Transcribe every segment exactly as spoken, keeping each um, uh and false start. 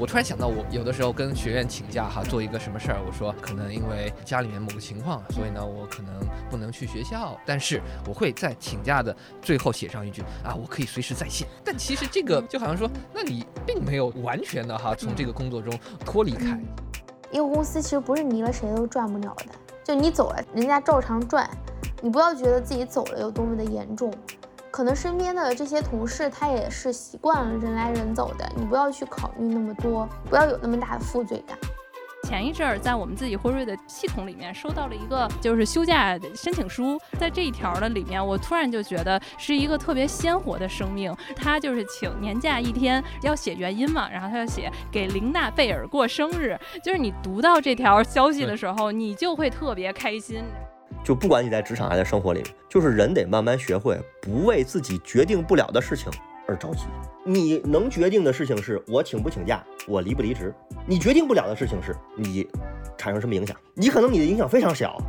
我突然想到，我有的时候跟学院请假哈，做一个什么事儿，我说可能因为家里面某个情况，所以呢我可能不能去学校，但是我会在请假的最后写上一句啊，我可以随时在线。但其实这个就好像说，那你并没有完全的哈从这个工作中脱离开。 一个公司其实不是离了谁都赚不了的，就你走了，人家照常赚，你不要觉得自己走了有多么的严重。可能身边的这些同事他也是习惯了人来人走的，你不要去考虑那么多，不要有那么大的负罪感。 前一阵儿在我们自己辉瑞的系统里面收到了一个就是休假申请书，在这一条的里面，我突然就觉得是一个特别鲜活的生命。他就是请年假一天，要写原因嘛，然后他就写给琳娜贝尔过生日。就是你读到这条消息的时候，你就会特别开心。 就不管你在职场还在生活里面，就是人得慢慢学会不为自己决定不了的事情而着急。你能决定的事情是我请不请假，我离不离职。你决定不了的事情是你产生什么影响，你可能你的影响非常小。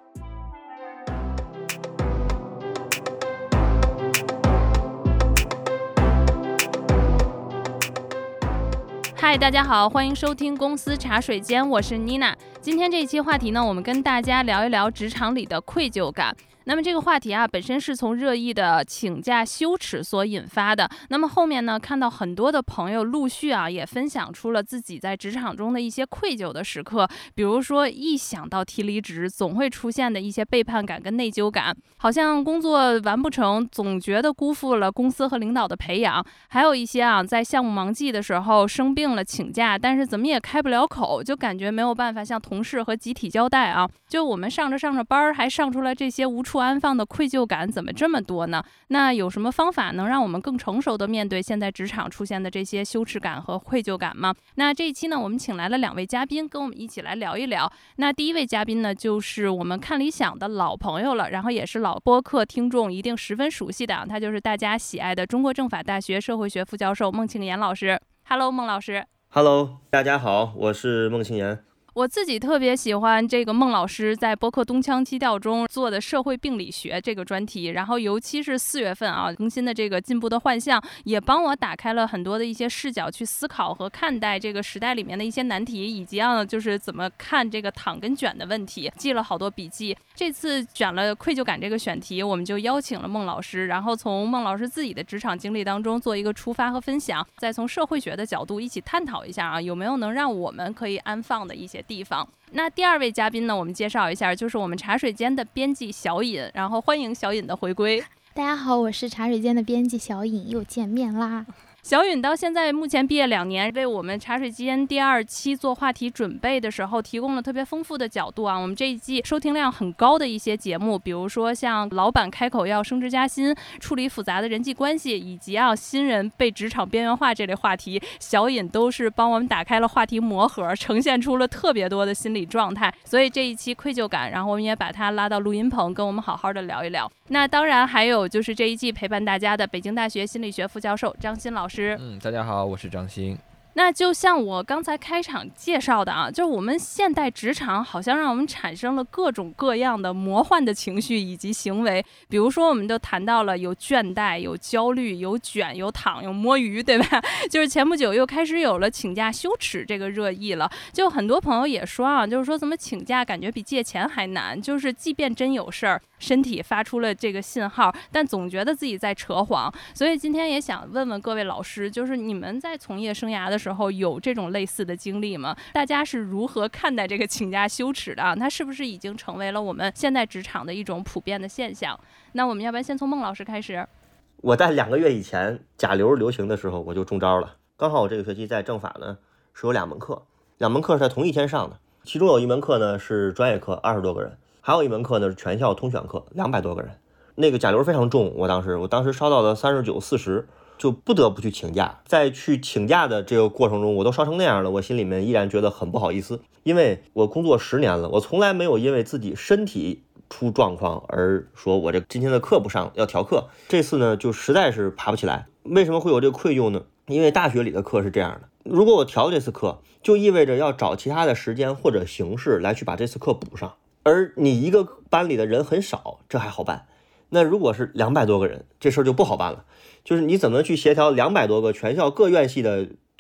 嗨，大家好，欢迎收听公司茶水间，我是妮娜。今天这一期话题呢，我们跟大家聊一聊职场里的愧疚感。那么这个话题啊，本身是从热议的请假羞耻所引发的。那么后面呢，看到很多的朋友陆续啊，也分享出了自己在职场中的一些愧疚的时刻，比如说一想到提离职，总会出现的一些背叛感跟内疚感，好像工作完不成，总觉得辜负了公司和领导的培养。还有一些啊，在项目忙季的时候生病了请假，但是怎么也开不了口，就感觉没有办法向同事和集体交代啊。就我们上着上着班，还上出来这些无处安放的愧疚感，怎么这么多呢？那有什么方法能让我们更成熟的面对现在职场出现的这些羞耻感和愧疚感吗？那这一期呢，我们请来了两位嘉宾，跟我们一起来聊一聊。那第一位嘉宾呢，就是我们看理想的老朋友了，然后也是老播客听众一定十分熟悉的，他就是大家喜爱的中国政法大学社会学副教授孟庆岩老师。Hello， 孟老师。 Hello， 大家好，我是孟庆岩。 我自己特别喜欢这个孟老师在播客东腔基调中做的社会病理学这个专题，然后尤其是四月份啊更新的这个进步的幻象，也帮我打开了很多的一些视角去思考和看待这个时代里面的一些难题，以及啊就是怎么看这个躺跟卷的问题，记了好多笔记。这次选了愧疚感这个选题，我们就邀请了孟老师，然后从孟老师自己的职场经历当中做一个出发和分享，再从社会学的角度一起探讨一下啊有没有能让我们可以安放的一些地方。那第二位嘉宾呢，我们介绍一下，就是我们茶水间的编辑小尹，然后欢迎小尹的回归。 大家好，我是茶水间的编辑小尹，又见面啦。 小允到现在目前毕业两年，为我们茶水间第二期做话题准备的时候提供了特别丰富的角度啊。我们这一季收听量很高的一些节目，比如说像老板开口要升职加薪、处理复杂的人际关系，以及啊新人被职场边缘化这类话题，小尹都是帮我们打开了话题魔盒，呈现出了特别多的心理状态。所以这一期愧疚感，然后我们也把他拉到录音棚，跟我们好好的聊一聊。那当然还有就是这一季陪伴大家的北京大学心理学副教授张欣老师。 嗯，大家好，我是张欣。 那就像我刚才开场介绍的啊，就是我们现代职场好像让我们产生了各种各样的魔幻的情绪以及行为，比如说我们就谈到了有倦怠、有焦虑、有卷、有躺、有摸鱼，对吧？就是前不久又开始有了请假羞耻这个热议了，就很多朋友也说啊，就是说怎么请假感觉比借钱还难，就是即便真有事儿，身体发出了这个信号，但总觉得自己在扯谎。所以今天也想问问各位老师，就是你们在从业生涯的时候有这种类似的经历吗？大家是如何看待这个请假羞耻的啊？它是不是已经成为了我们现在职场的一种普遍的现象？那我们要不然先从孟老师开始。 我在两个月以前甲流流行的时候我就中招了，刚好我这个学期在政法呢是有两门课，两门课是在同一天上的，其中有一门课呢是专业课二十多个人，还有一门课呢是全校通选课两百多个人。那个甲流非常重，我当时我当时烧到了三十九四十，就不得不去请假。在去请假的这个过程中，我都烧成那样了，我心里面依然觉得很不好意思，因为我工作十年了，我从来没有因为自己身体出状况而说我这今天的课不上要调课，这次呢就实在是爬不起来。为什么会有这个愧疚呢？因为大学里的课是这样的，如果我调这次课，就意味着要找其他的时间或者形式来去把这次课补上，而你一个班里的人很少，这还好办。那如果是两百多个人，这事儿就不好办了，就是你怎么去协调两百多个全校各院系的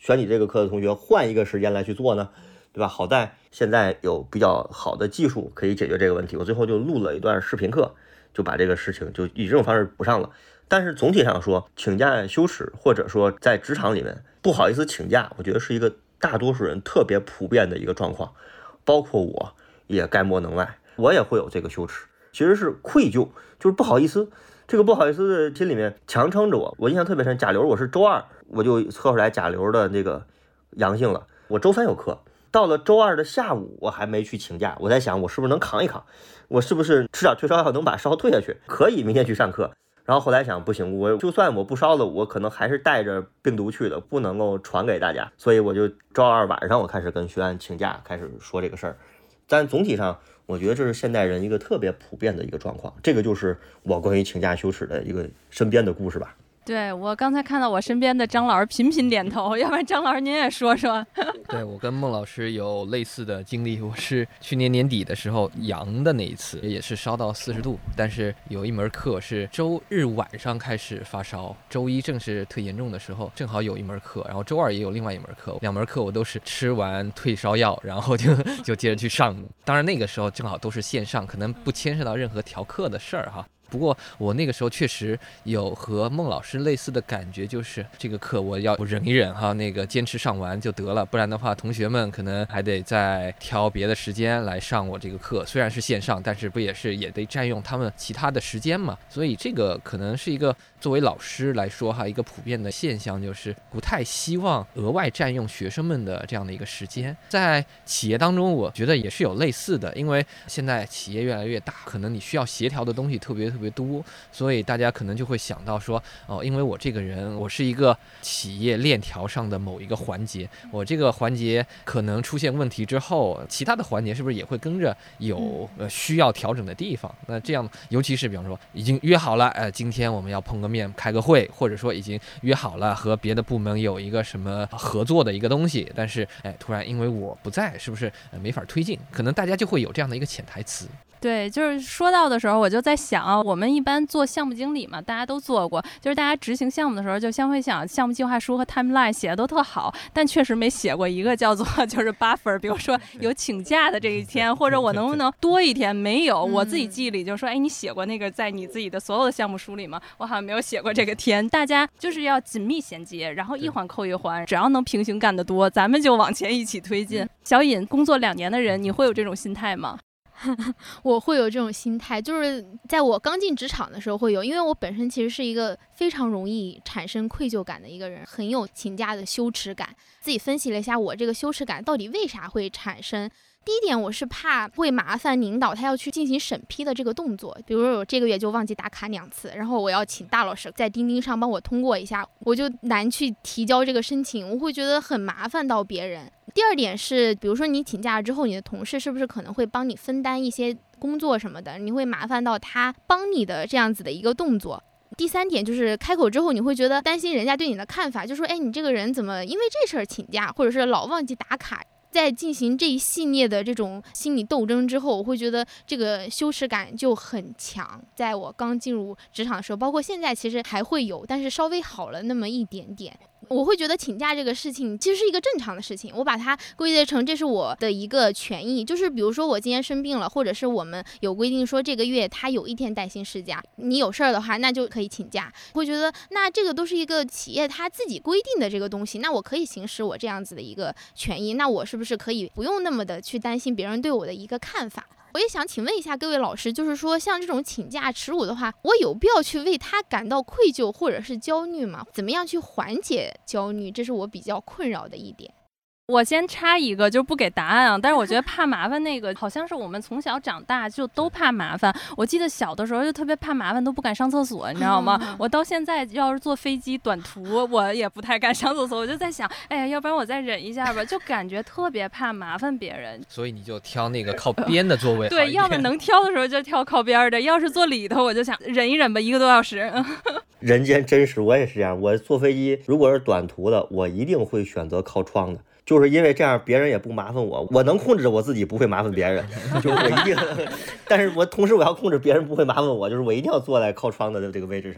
选你这个课的同学换一个时间来去做呢？对吧？好在现在有比较好的技术可以解决这个问题，我最后就录了一段视频课，就把这个事情就以这种方式补上了。但是总体上说，请假羞耻，或者说在职场里面不好意思请假，我觉得是一个大多数人特别普遍的一个状况，包括我也该莫能外，我也会有这个羞耻，其实是愧疚，就是不好意思。这个不好意思的心里面强撑着我。我印象特别深，甲流我是周二我就测出来甲流的那个阳性了，我周三有课，到了周二的下午我还没去请假，我在想我是不是能扛一扛，我是不是吃点退烧药能把烧退下去，可以明天去上课。然后后来想不行，我就算我不烧了，我可能还是带着病毒去的，不能够传给大家，所以我就周二晚上我开始跟学院请假，开始说这个事儿。但总体上我觉得这是现代人一个特别普遍的一个状况，这个就是我关于请假羞耻的一个身边的故事吧。 对，我刚才看到我身边的张老师频频点头，要不然张老师您也说说。 对，我跟孟老师有类似的经历，我是去年年底的时候阳的那一次，也是烧到四十度，但是有一门课是周日晚上开始发烧，周一正是特严重的时候，正好有一门课，然后周二也有另外一门课，两门课我都是吃完退烧药，然后就就接着去上。当然那个时候正好都是线上，可能不牵涉到任何调课的事儿哈。不过我那个时候确实有和孟老师类似的感觉，就是这个课我要忍一忍哈，那个坚持上完就得了，不然的话同学们可能还得再挑别的时间来上我这个课，虽然是线上，但是不也是也得占用他们其他的时间嘛，所以这个可能是一个作为老师来说哈，一个普遍的现象，就是不太希望额外占用学生们的这样的一个时间。在企业当中我觉得也是有类似的，因为现在企业越来越大，可能你需要协调的东西特别特别多，所以大家可能就会想到说，哦，因为我这个人我是一个企业链条上的某一个环节，我这个环节可能出现问题之后，其他的环节是不是也会跟着有呃需要调整的地方？那这样尤其是比方说已经约好了，呃，今天我们要碰个面开个会，或者说已经约好了和别的部门有一个什么合作的一个东西，但是哎，突然因为我不在，是不是、呃、没法推进？可能大家就会有这样的一个潜台词。 对，就是说到的时候，我就在想啊，我们一般做项目经理嘛，大家都做过，就是大家执行项目的时候，就先会想项目计划书和 timeline 写的都特好，但确实没写过一个叫做就是 buffer， 比如说有请假的这一天，或者我能不能多一天，没有，我自己记忆里就说，哎，你写过那个在你自己的所有的项目书里吗？我好像没有写过这个天。大家就是要紧密衔接，然后一环扣一环，只要能平行干得多，咱们就往前一起推进。小尹，工作两年的人，你会有这种心态吗？ 我会有这种心态，就是在我刚进职场的时候会有，因为我本身其实是一个非常容易产生愧疚感的一个人，很有请假的羞耻感。自己分析了一下我这个羞耻感到底为啥会产生。第一点，我是怕会麻烦领导他要去进行审批的这个动作，比如说我这个月就忘记打卡两次，然后我要请大老师在钉钉上帮我通过一下，我就难去提交这个申请，我会觉得很麻烦到别人。第二点是，比如说你请假之后，你的同事是不是可能会帮你分担一些工作什么的，你会麻烦到他帮你的这样子的一个动作。第三点就是开口之后，你会觉得担心人家对你的看法，就说哎，你这个人怎么因为这事儿请假，或者是老忘记打卡。在进行这一系列的这种心理斗争之后，我会觉得这个羞耻感就很强。在我刚进入职场的时候，包括现在其实还会有，但是稍微好了那么一点点。我会觉得请假这个事情其实是一个正常的事情，我把它归结成这是我的一个权益，就是比如说我今天生病了，或者是我们有规定说这个月他有一天带薪事假，你有事儿的话那就可以请假，会觉得那这个都是一个企业他自己规定的这个东西，那我可以行使我这样子的一个权益，那我是不是可以不用那么的去担心别人对我的一个看法。我也想请问一下各位老师，就是说像这种请假耻辱的话，我有必要去为他感到愧疚或者是焦虑吗？怎么样去缓解焦虑，这是我比较困扰的一点。 我先插一个，就不给答案啊。但是我觉得怕麻烦那个，好像是我们从小长大就都怕麻烦。我记得小的时候就特别怕麻烦，都不敢上厕所，你知道吗？我到现在要是坐飞机短途，我也不太敢上厕所。我就在想，哎呀，要不然我再忍一下吧，就感觉特别怕麻烦别人。 所以你就挑那个靠边的座位。 对，要么能挑的时候就挑靠边的，要是坐里头，我就想忍一忍吧，一个多小时。 人间真实，我也是这样。我坐飞机如果是短途的，我一定会选择靠窗的。就是因为这样别人也不麻烦我，我能控制我自己不会麻烦别人，就是我一定但是我同时我要控制别人不会麻烦我，就是我一定要坐在靠窗的这个位置上。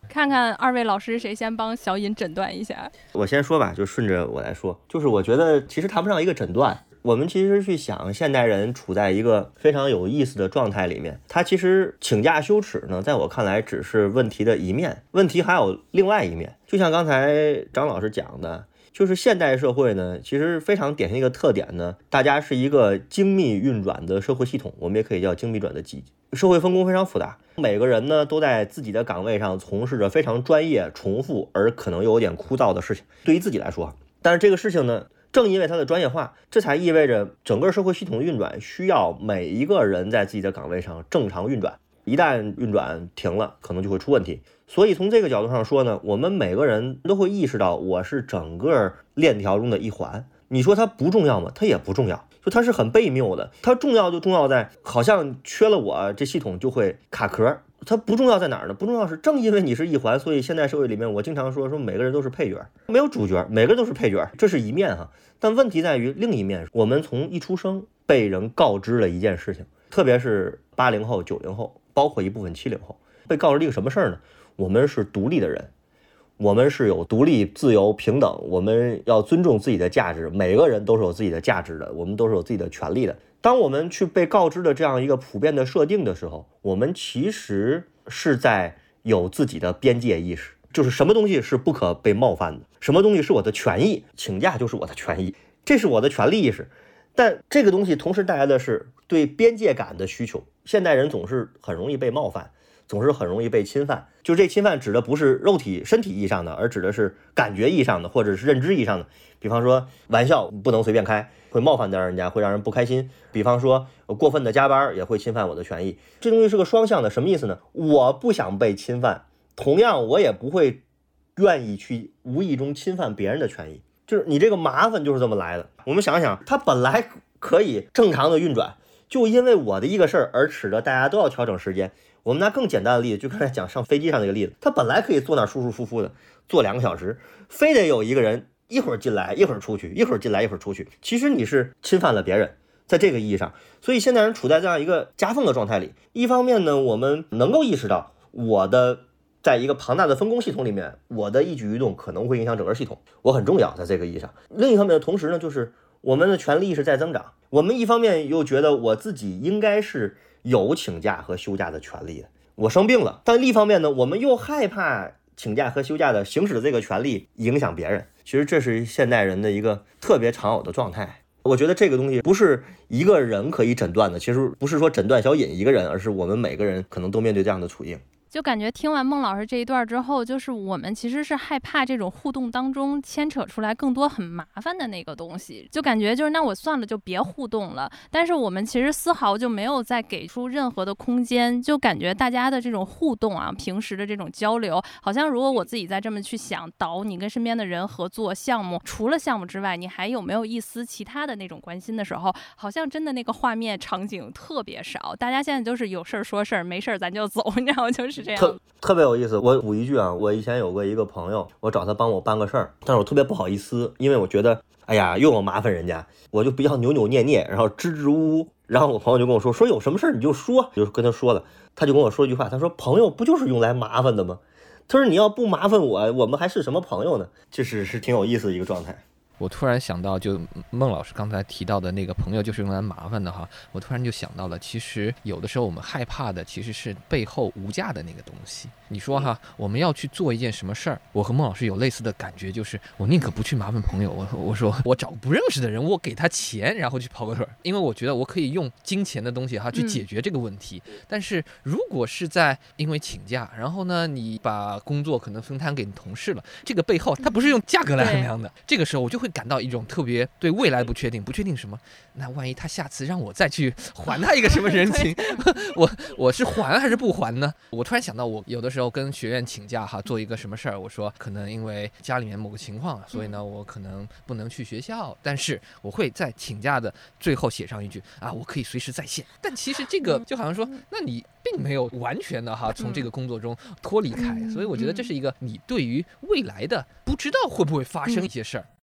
看看二位老师谁先帮小尹诊断一下。 我先说吧，就顺着我来说，就是我觉得其实谈不上一个诊断。我们其实去想，现代人处在一个非常有意思的状态里面，他其实请假羞耻呢，在我看来只是问题的一面，问题还有另外一面。就像刚才张老师讲的，就是现代社会呢，其实非常典型一个特点呢，大家是一个精密运转的社会系统，我们也可以叫精密转的机，社会分工非常复杂，每个人呢都在自己的岗位上从事着非常专业、重复而可能又有点枯燥的事情，对于自己来说，但是这个事情呢，正因为它的专业化，这才意味着整个社会系统的运转需要每一个人在自己的岗位上正常运转，一旦运转停了，可能就会出问题。所以从这个角度上说呢，我们每个人都会意识到，我是整个链条中的一环。你说它不重要吗？它也不重要，就它是很悖谬的。它重要就重要在，好像缺了我，这系统就会卡壳。它不重要在哪儿呢？不重要是正因为你是一环，所以现代社会里面，我经常说说每个人都是配角，没有主角，每个人都是配角，这是一面哈。但问题在于另一面，我们从一出生被人告知了一件事情，特别是八零后、九零后，包括一部分七零后，被告知了一个什么事儿呢？我们是独立的人，我们是有独立、自由、平等，我们要尊重自己的价值，每个人都是有自己的价值的，我们都是有自己的权利的。当我们去被告知的这样一个普遍的设定的时候，我们其实是在有自己的边界意识，就是什么东西是不可被冒犯的，什么东西是我的权益，请假就是我的权益，这是我的权利意识。但这个东西同时带来的是对边界感的需求，现代人总是很容易被冒犯，总是很容易被侵犯，就这侵犯指的不是肉体身体意义上的，而指的是感觉意义上的，或者是认知意义上的。比方说玩笑不能随便开，会冒犯到人家，会让人不开心。比方说过分的加班也会侵犯我的权益，这东西是个双向的。什么意思呢？我不想被侵犯，同样我也不会愿意去无意中侵犯别人的权益，就是你这个麻烦就是这么来的。我们想想，它本来可以正常的运转，就因为我的一个事儿而使得大家都要调整时间。我们拿更简单的例子，就刚才讲上飞机上那个例子，他本来可以坐那儿舒舒服服的坐两个小时，非得有一个人一会儿进来一会儿出去，一会儿进来一会儿出去，其实你是侵犯了别人，在这个意义上。所以现代人处在这样一个夹缝的状态里，一方面呢，我们能够意识到我的在一个庞大的分工系统里面，我的一举一动可能会影响整个系统，我很重要，在这个意义上。另一方面的同时呢，就是我们的权利意识在增长，我们一方面又觉得我自己应该是有请假和休假的权利的，我生病了，但另一方面呢，我们又害怕请假和休假的行使的这个权利影响别人。其实这是现代人的一个特别常有的状态。我觉得这个东西不是一个人可以诊断的，其实不是说诊断小尹一个人，而是我们每个人可能都面对这样的处境。 就感觉听完孟老师这一段之后，就是我们其实是害怕这种互动当中牵扯出来更多很麻烦的那个东西，就感觉就是那我算了，就别互动了。但是我们其实丝毫就没有再给出任何的空间，就感觉大家的这种互动啊，平时的这种交流，好像如果我自己再这么去想导你跟身边的人合作项目，除了项目之外，你还有没有一丝其他的那种关心的时候，好像真的那个画面场景特别少。大家现在都是有事儿说事儿，没事儿咱就走，你知道吗？就是这样。 特特别有意思。我补一句啊，我以前有过一个朋友，我找他帮我办个事儿，但是我特别不好意思，因为我觉得哎呀又要麻烦人家，我就比较扭扭捏捏，然后支支吾吾。然后我朋友就跟我说说有什么事儿你就说，就跟他说了，他就跟我说一句话，他说朋友不就是用来麻烦的吗？他说你要不麻烦我，我们还是什么朋友呢？这是是挺有意思的一个状态。 我突然想到，就孟老师刚才提到的那个朋友就是用来麻烦的哈，我突然就想到了，其实有的时候我们害怕的其实是背后无价的那个东西。你说哈，我们要去做一件什么事儿，我和孟老师有类似的感觉，就是我宁可不去麻烦朋友，我我说我找不认识的人，我给他钱，然后去跑个腿，因为我觉得我可以用金钱的东西哈去解决这个问题。嗯、但是如果是在因为请假，然后呢你把工作可能分摊给你同事了，这个背后它不是用价格来衡量的，这个时候我就会感到一种特别对未来的不确定，不确定什么？那万一他下次让我再去还他一个什么人情，我我是还还是不还呢？我突然想到，我有的时候跟学院请假哈，做一个什么事儿，我说可能因为家里面某个情况，所以呢我可能不能去学校，但是我会在请假的最后写上一句啊，我可以随时在线。但其实这个就好像说，那你并没有完全的哈从这个工作中脱离开，所以我觉得这是一个你对于未来的不知道会不会发生一些事儿。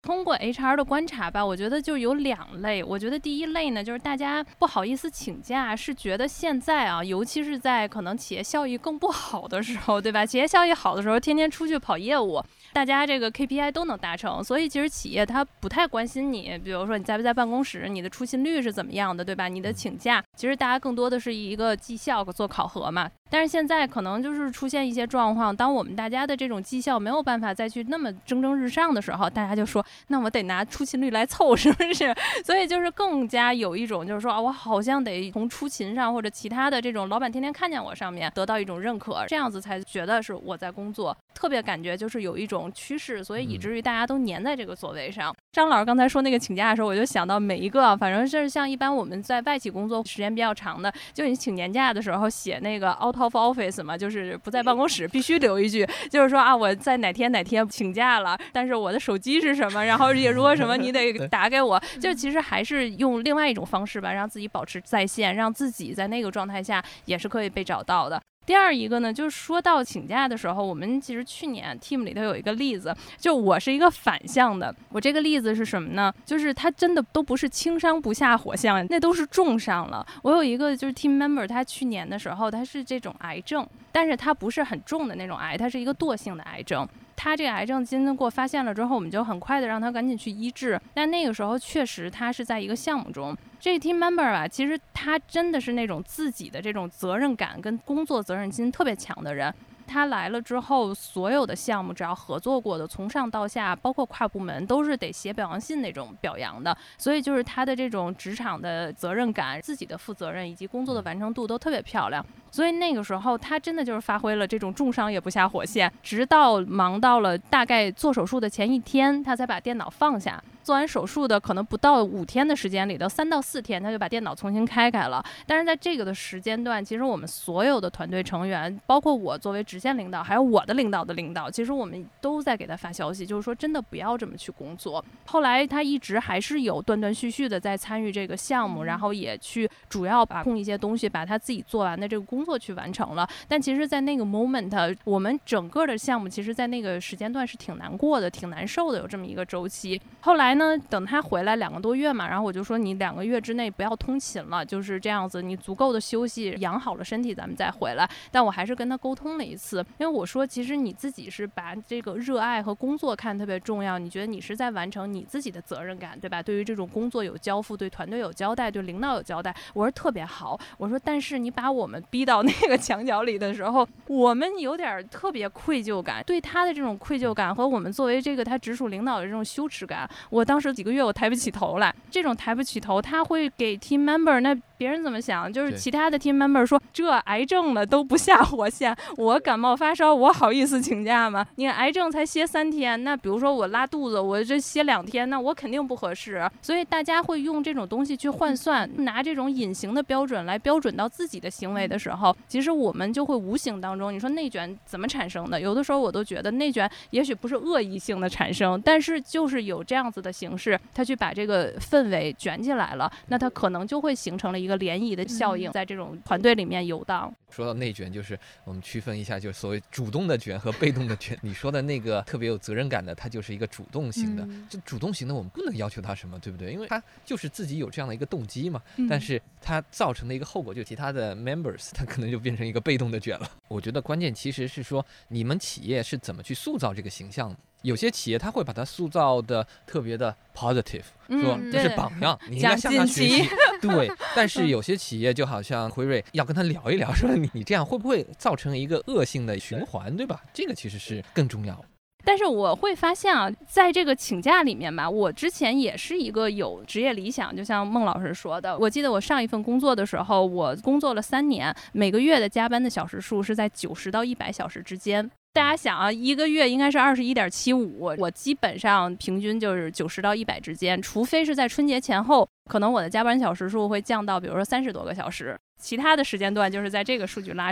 通过 H R 的观察吧，我觉得就有两类。我觉得第一类呢，就是大家不好意思请假，是觉得现在啊，尤其是在可能企业效益更不好的时候，对吧？企业效益好的时候，天天出去跑业务，大家这个 K P I 都能达成，所以其实企业它不太关心你，比如说你在不在办公室，你的出勤率是怎么样的，对吧？你的请假，其实大家更多的是一个绩效做考核嘛。但是现在可能就是出现一些状况，当我们大家的这种绩效没有办法再去那么蒸蒸日上的时候，大家就说那我得拿出勤率来凑，是不是？所以就是更加有一种就是说啊，我好像得从出勤上或者其他的这种老板天天看见我上面得到一种认可，这样子才觉得是我在工作，特别感觉就是有一种趋势，所以以至于大家都黏在这个座位上。张老师刚才说那个请假的时候，我就想到每一个，反正是像一般我们在外企工作时间比较长的，就你请年假的时候写那个 out of office 嘛，就是不在办公室，必须留一句，就是说啊我在哪天哪天请假了，但是我的手机是什么，然后也如果什么你得打给我，就其实还是用另外一种方式吧，让自己保持在线，让自己在那个状态下也是可以被找到的。第二一个呢，就是说到请假的时候，我们其实去年 team 里头有一个例子，就我是一个反向的。我这个例子是什么呢？就是他真的都不是轻伤不下火线，那都是重伤了。我有一个就是 team member， 他去年的时候他是这种癌症，但是他不是很重的那种癌，他是一个惰性的癌症。他这个癌症经过发现了之后，我们就很快的让他赶紧去医治。但那个时候确实他是在一个项目中，这个 team member 吧，其实他真的是那种自己的这种责任感跟工作责任心特别强的人。他来了之后，所有的项目只要合作过的，从上到下，包括跨部门，都是得写表扬信那种表扬的。所以就是他的这种职场的责任感、自己的负责任以及工作的完成度都特别漂亮。所以那个时候他真的就是发挥了这种重伤也不下火线，直到忙到了大概做手术的前一天，他才把电脑放下。做完手术的可能不到五天的时间里头，三到四天他就把电脑重新开开了。但是在这个的时间段，其实我们所有的团队成员，包括我作为直线领导，还有我的领导的领导，其实我们都在给他发消息，就是说真的不要这么去工作。后来他一直还是有断断续续的在参与这个项目，然后也去主要把控一些东西，把他自己做完的这个工作去完成了。但其实在那个 moment， 我们整个的项目其实在那个时间段是挺难过的，挺难受的，有这么一个周期。后来呢，等他回来两个多月嘛，然后我就说你两个月之内不要通勤了，就是这样子，你足够的休息，养好了身体，咱们再回来。但我还是跟他沟通了一次，因为我说其实你自己是把这个热爱和工作看特别重要，你觉得你是在完成你自己的责任感，对吧？对于这种工作有交付，对团队有交代，对领导有交代，我说特别好。我说但是你把我们逼到那个墙角里的时候，我们有点特别愧疚感，对他的这种愧疚感和我们作为这个他直属领导的这种羞耻感，我当时几个月我抬不起头来。这种抬不起头，他会给 team member， 那别人怎么想？就是其他的 team member 说这癌症了都不下火线，我感冒发烧我好意思请假吗？你癌症才歇三天，那比如说我拉肚子我这歇两天，那我肯定不合适。所以大家会用这种东西去换算，拿这种隐形的标准来标准到自己的行为的时候，其实我们就会无形当中，你说内卷怎么产生的？有的时候我都觉得内卷也许不是恶意性的产生，但是就是有这样子的形式，他去把这个氛围卷起来了，那它可能就会形成了一个涟漪的效应，在这种团队里面游荡。 说到内卷，就是我们区分一下，就是所谓主动的卷和被动的卷。你说的那个特别有责任感的，它就是一个主动型的。嗯、就主动型的，我们不能要求他什么，对不对？因为他就是自己有这样的一个动机嘛。嗯、但是他造成的一个后果，就其他的 members， 他可能就变成一个被动的卷了。我觉得关键其实是说，你们企业是怎么去塑造这个形象的。有些企业他会把它塑造的特别的 positive， 说这是榜样，你应该向他学习。对，但是有些企业就好像辉瑞要跟他聊一聊，说你你这样会不会造成一个恶性的循环，对吧？这个其实是更重要的。 但是我会发现啊，在这个请假里面吧，我之前也是一个有职业理想，就像孟老师说的，我记得我上一份工作的时候，我工作了三年，每个月的加班的小时数是在九十到一百小时之间。大家想啊，一个月应该是二十一点七五，我基本上平均就是九十到一百之间，除非是在春节前后，可能我的加班小时数会降到比如说三十多个小时，其他的时间段就是在这个数据拉长。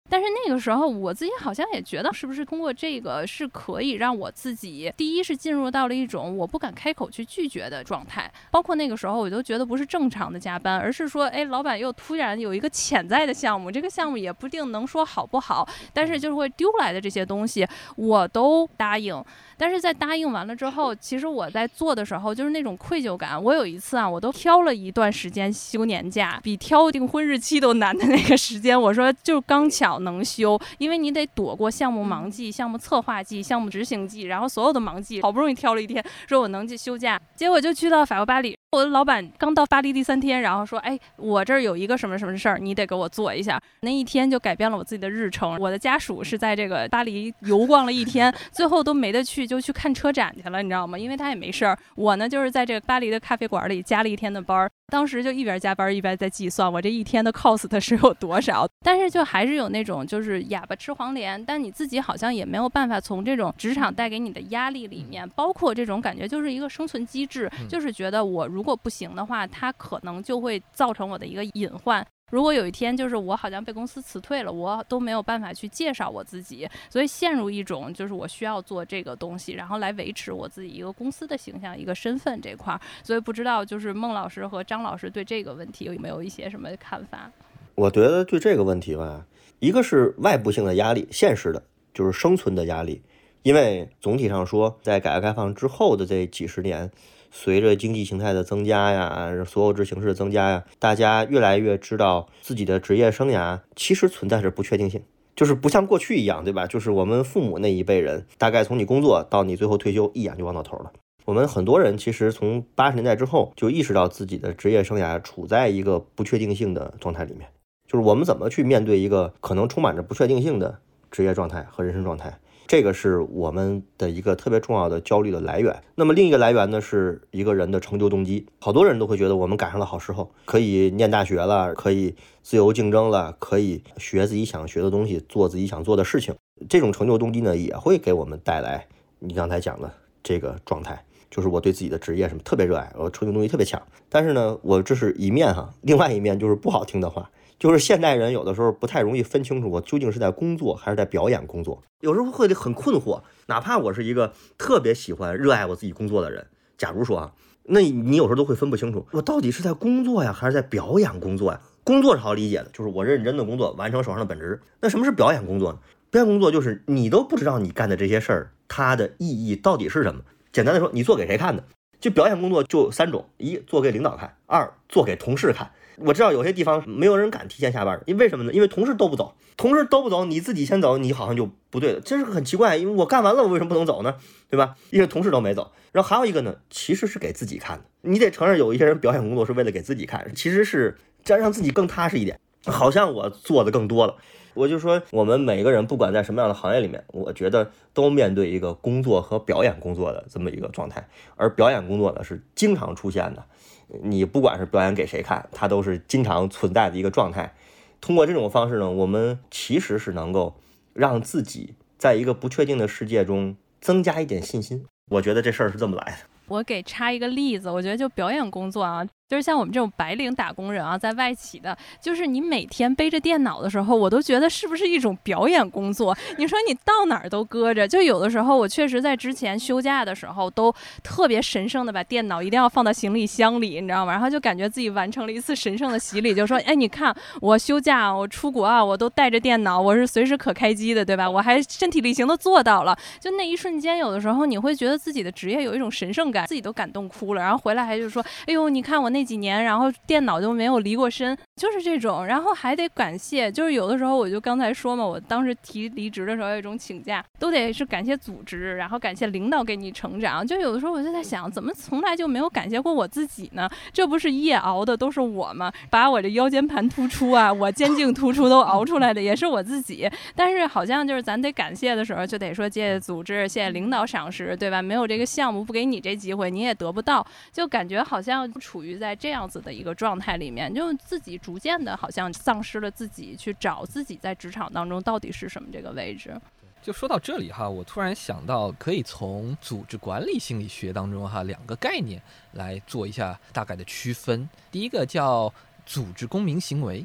但是那个时候我自己好像也觉得是不是通过这个是可以让我自己第一是进入到了一种我不敢开口去拒绝的状态，包括那个时候我都觉得不是正常的加班，而是说哎，老板又突然有一个潜在的项目，这个项目也不定能说好不好，但是就是会丢来的这些东西我都答应。但是在答应完了之后，其实我在做的时候就是那种愧疚感。我有一次啊，我都挑了一段时间休年假，比挑订婚日期都难的那个时间，我说就刚巧能休，因为你得躲过项目忙季、项目策划季、项目执行季，然后所有的忙季，好不容易挑了一天，说我能去休假，结果就去到法国巴黎。我的老板刚到巴黎第三天，然后说哎，我这儿有一个什么什么事儿，你得给我做一下。那一天就改变了我自己的日程。我的家属是在这个巴黎游逛了一天，最后都没得去，就去看车展去了，你知道吗？因为他也没事儿。我呢就是在这个巴黎的咖啡馆里加了一天的班，当时就一边加班一边在计算我这一天的 cost 是有多少。但是就还是有那种就是哑巴吃黄连，但你自己好像也没有办法从这种职场带给你的压力里面，包括这种感觉就是一个生存机制，就是觉得我如果不行的话，它可能就会造成我的一个隐患。如果有一天就是我好像被公司辞退了，我都没有办法去介绍我自己，所以陷入一种就是我需要做这个东西，然后来维持我自己一个公司的形象、一个身份这块。所以不知道就是孟老师和张老师对这个问题有没有一些什么看法？ 我觉得对这个问题吧，一个是外部性的压力，现实的就是生存的压力。因为总体上说，在改革开放之后的这几十年，随着经济形态的增加呀，所有制形式的增加呀，大家越来越知道自己的职业生涯其实存在着不确定性，就是不像过去一样，对吧？就是我们父母那一辈人，大概从你工作到你最后退休，一眼就望到头了。我们很多人其实从八十年代之后就意识到自己的职业生涯处在一个不确定性的状态里面，就是我们怎么去面对一个可能充满着不确定性的职业状态和人生状态。这个是我们的一个特别重要的焦虑的来源。那么另一个来源呢，是一个人的成就动机。好多人都会觉得我们赶上了好时候，可以念大学了，可以自由竞争了，可以学自己想学的东西，做自己想做的事情。这种成就动机呢，也会给我们带来你刚才讲的这个状态，就是我对自己的职业什么特别热爱，我成就动机特别强。但是呢，我这是一面哈，另外一面就是不好听的话，就是现代人有的时候不太容易分清楚我究竟是在工作还是在表演工作，有时候会很困惑。哪怕我是一个特别喜欢热爱我自己工作的人，假如说啊，那你有时候都会分不清楚我到底是在工作呀还是在表演工作呀。工作是好理解的，就是我认真的工作，完成手上的本职。那什么是表演工作呢？表演工作就是你都不知道你干的这些事儿它的意义到底是什么。简单的说，你做给谁看的？就表演工作就三种：一，做给领导看；二，做给同事看。我知道有些地方没有人敢提前下班，因为什么呢？因为同事都不走，同事都不走，你自己先走，你好像就不对了，这是很奇怪。因为我干完了，我为什么不能走呢？对吧？因为同事都没走。然后还有一个呢，其实是给自己看的。你得承认，有一些人表演工作是为了给自己看，其实是这样让自己更踏实一点。好像我做的更多了。我就说，我们每个人不管在什么样的行业里面，我觉得都面对一个工作和表演工作的这么一个状态，而表演工作呢是经常出现的。你不管是表演给谁看，它都是经常存在的一个状态。通过这种方式呢，我们其实是能够让自己在一个不确定的世界中增加一点信心。我觉得这事儿是这么来的。 我给插一个例子，我觉得就表演工作啊，就是像我们这种白领打工人啊，在外企的，就是你每天背着电脑的时候，我都觉得是不是一种表演工作？你说你到哪儿都搁着，就有的时候我确实在之前休假的时候，都特别神圣的把电脑一定要放到行李箱里，你知道吗？然后就感觉自己完成了一次神圣的洗礼，就说，哎，你看我休假，我出国啊，我都带着电脑，我是随时可开机的，对吧？我还身体力行的做到了。就那一瞬间，有的时候你会觉得自己的职业有一种神圣感，自己都感动哭了，然后回来还就说，哎呦，你看我那几年，然后电脑就没有离过身，就是这种。然后还得感谢，就是有的时候我就刚才说嘛，我当时提离职的时候有一种请假，都得是感谢组织，然后感谢领导给你成长。就有的时候我就在想，怎么从来就没有感谢过我自己呢？这不是夜熬的都是我吗？把我这腰间盘突出啊，我肩颈突出都熬出来的也是我自己。但是好像就是咱得感谢的时候，就得说谢谢组织，谢谢领导赏识，对吧？没有这个项目，不给你这机会，你也得不到。就感觉好像处于在这样子的一个状态里面，就自己逐渐的好像丧失了自己去找自己在职场当中到底是什么这个位置。 就说到这里哈，我突然想到可以从组织管理心理学当中哈两个概念来做一下大概的区分。第一个叫组织公民行为，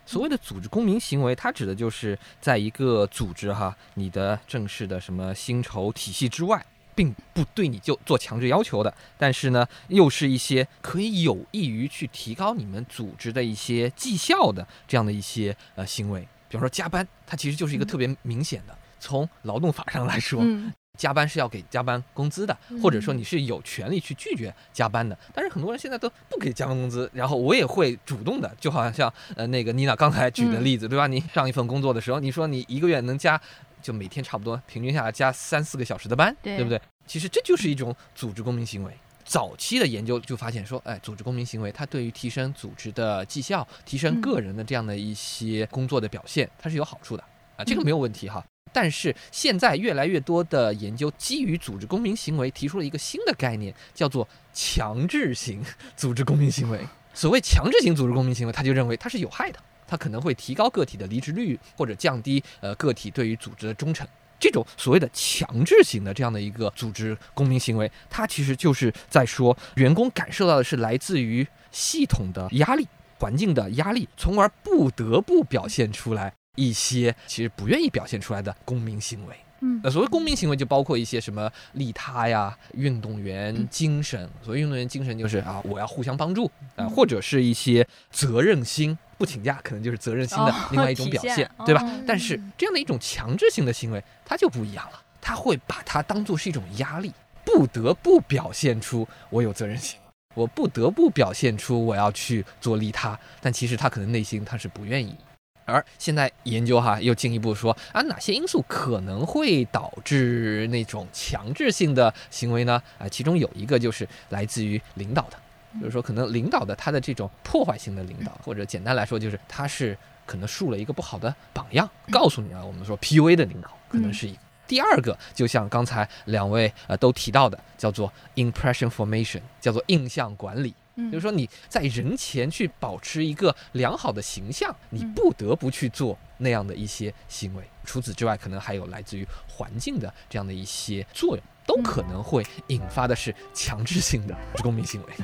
所谓的组织公民行为，它指的就是在一个组织哈，你的正式的什么薪酬体系之外，并不对你就做强制要求的，但是呢，又是一些可以有益于去提高你们组织的一些绩效的这样的一些呃行为。比方说加班，它其实就是一个特别明显的，从劳动法上来说。嗯，加班是要给加班工资的，或者说你是有权利去拒绝加班的，但是很多人现在都不给加班工资，然后我也会主动的，就好像像呃那个妮娜刚才举的例子，对吧？你上一份工作的时候，你说你一个月能加，就每天差不多平均下来加三四个小时的班，对不对？其实这就是一种组织公民行为。早期的研究就发现说，哎，组织公民行为它对于提升组织的绩效、提升个人的这样的一些工作的表现，它是有好处的啊，这个没有问题哈。但是现在越来越多的研究基于组织公民行为提出了一个新的概念，叫做强制型组织公民行为。所谓强制型组织公民行为，他就认为它是有害的，它可能会提高个体的离职率，或者降低呃个体对于组织的忠诚。这种所谓的强制型的这样的一个组织公民行为，它其实就是在说员工感受到的是来自于系统的压力、环境的压力，从而不得不表现出来一些其实不愿意表现出来的公民行为。嗯，那所谓公民行为就包括一些什么利他呀、运动员精神。所谓运动员精神就是啊，我要互相帮助啊、呃，或者是一些责任心，不请假可能就是责任心的另外一种表现，哦、对吧、哦？但是这样的一种强制性的行为，它就不一样了，它会把它当作是一种压力，不得不表现出我有责任心，我不得不表现出我要去做利他，但其实他可能内心他是不愿意。而现在研究哈又进一步说啊，哪些因素可能会导致那种强制性的行为呢？啊，其中有一个就是来自于领导的，就是说可能领导的他的这种破坏性的领导，或者简单来说就是他是可能树了一个不好的榜样，告诉你啊，我们说 P U A 的领导可能是一个。第二个就像刚才两位呃都提到的，叫做 impression formation， 叫做印象管理。就是说你在人前去保持一个良好的形象，你不得不去做那样的一些行为。除此之外，可能还有来自于环境的这样的一些作用，都可能会引发的是强制性的公民行为。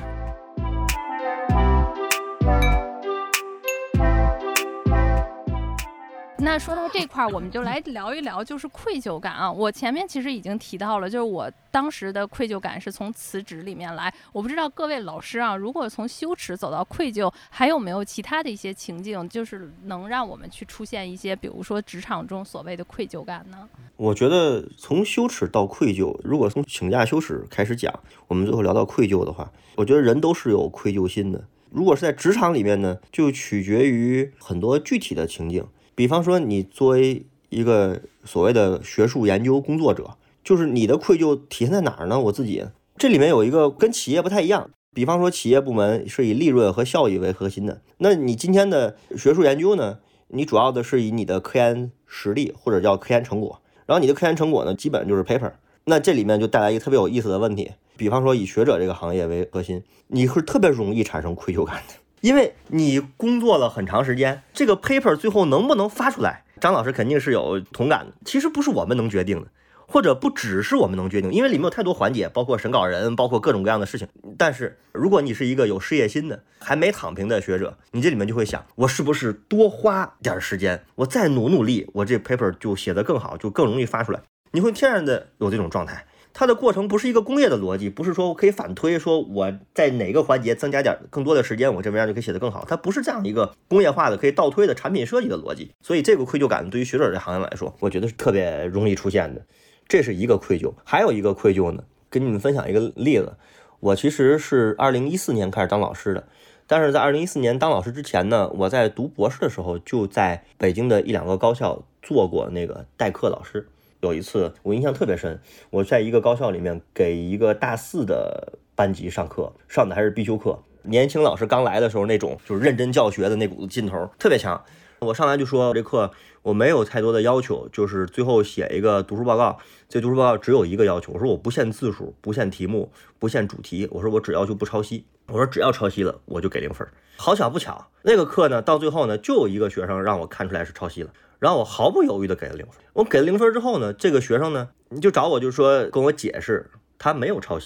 那说到这块儿，我们就来聊一聊，就是愧疚感啊。我前面其实已经提到了，就是我当时的愧疚感是从辞职里面来。我不知道各位老师啊，如果从羞耻走到愧疚，还有没有其他的一些情境，就是能让我们去出现一些，比如说职场中所谓的愧疚感呢？ 我觉得从羞耻到愧疚，如果从请假羞耻开始讲，我们最后聊到愧疚的话，我觉得人都是有愧疚心的。如果是在职场里面呢，就取决于很多具体的情境。比方说你作为一个所谓的学术研究工作者，就是你的愧疚体现在哪儿呢？我自己这里面有一个跟企业不太一样，比方说企业部门是以利润和效益为核心的，那你今天的学术研究呢，你主要的是以你的科研实力或者叫科研成果，然后你的科研成果呢基本就是 paper， 那这里面就带来一个特别有意思的问题，比方说以学者这个行业为核心，你是特别容易产生愧疚感的。因为你工作了很长时间，这个 paper 最后能不能发出来，张老师肯定是有同感的。其实不是我们能决定的，或者不只是我们能决定，因为里面有太多环节，包括审稿人，包括各种各样的事情。但是如果你是一个有事业心的，还没躺平的学者，你这里面就会想，我是不是多花点时间，我再努努力，我这 paper 就写得更好，就更容易发出来。你会天然的有这种状态。它的过程不是一个工业的逻辑，不是说我可以反推说我在哪个环节增加点更多的时间，我这文章就可以写得更好，它不是这样一个工业化的可以倒推的产品设计的逻辑。所以这个愧疚感对于学者这行业来说，我觉得是特别容易出现的，这是一个愧疚。还有一个愧疚呢，跟你们分享一个例子，我其实是二零一四年开始当老师的，但是在二零一四年当老师之前呢，我在读博士的时候就在北京的一两个高校做过那个代课老师。有一次我印象特别深，我在一个高校里面给一个大四的班级上课，上的还是必修课，年轻老师刚来的时候那种就是认真教学的那股子劲头特别强。我上来就说这课我没有太多的要求，就是最后写一个读书报告，这读书报告只有一个要求，我说我不限字数，不限题目，不限主题，我说我只要求不抄袭，我说只要抄袭了我就给零分。好巧不巧，那个课呢到最后呢就有一个学生让我看出来是抄袭了，然后我毫不犹豫的给了零分。我给了零分之后呢，这个学生呢你就找我，就说跟我解释他没有抄袭，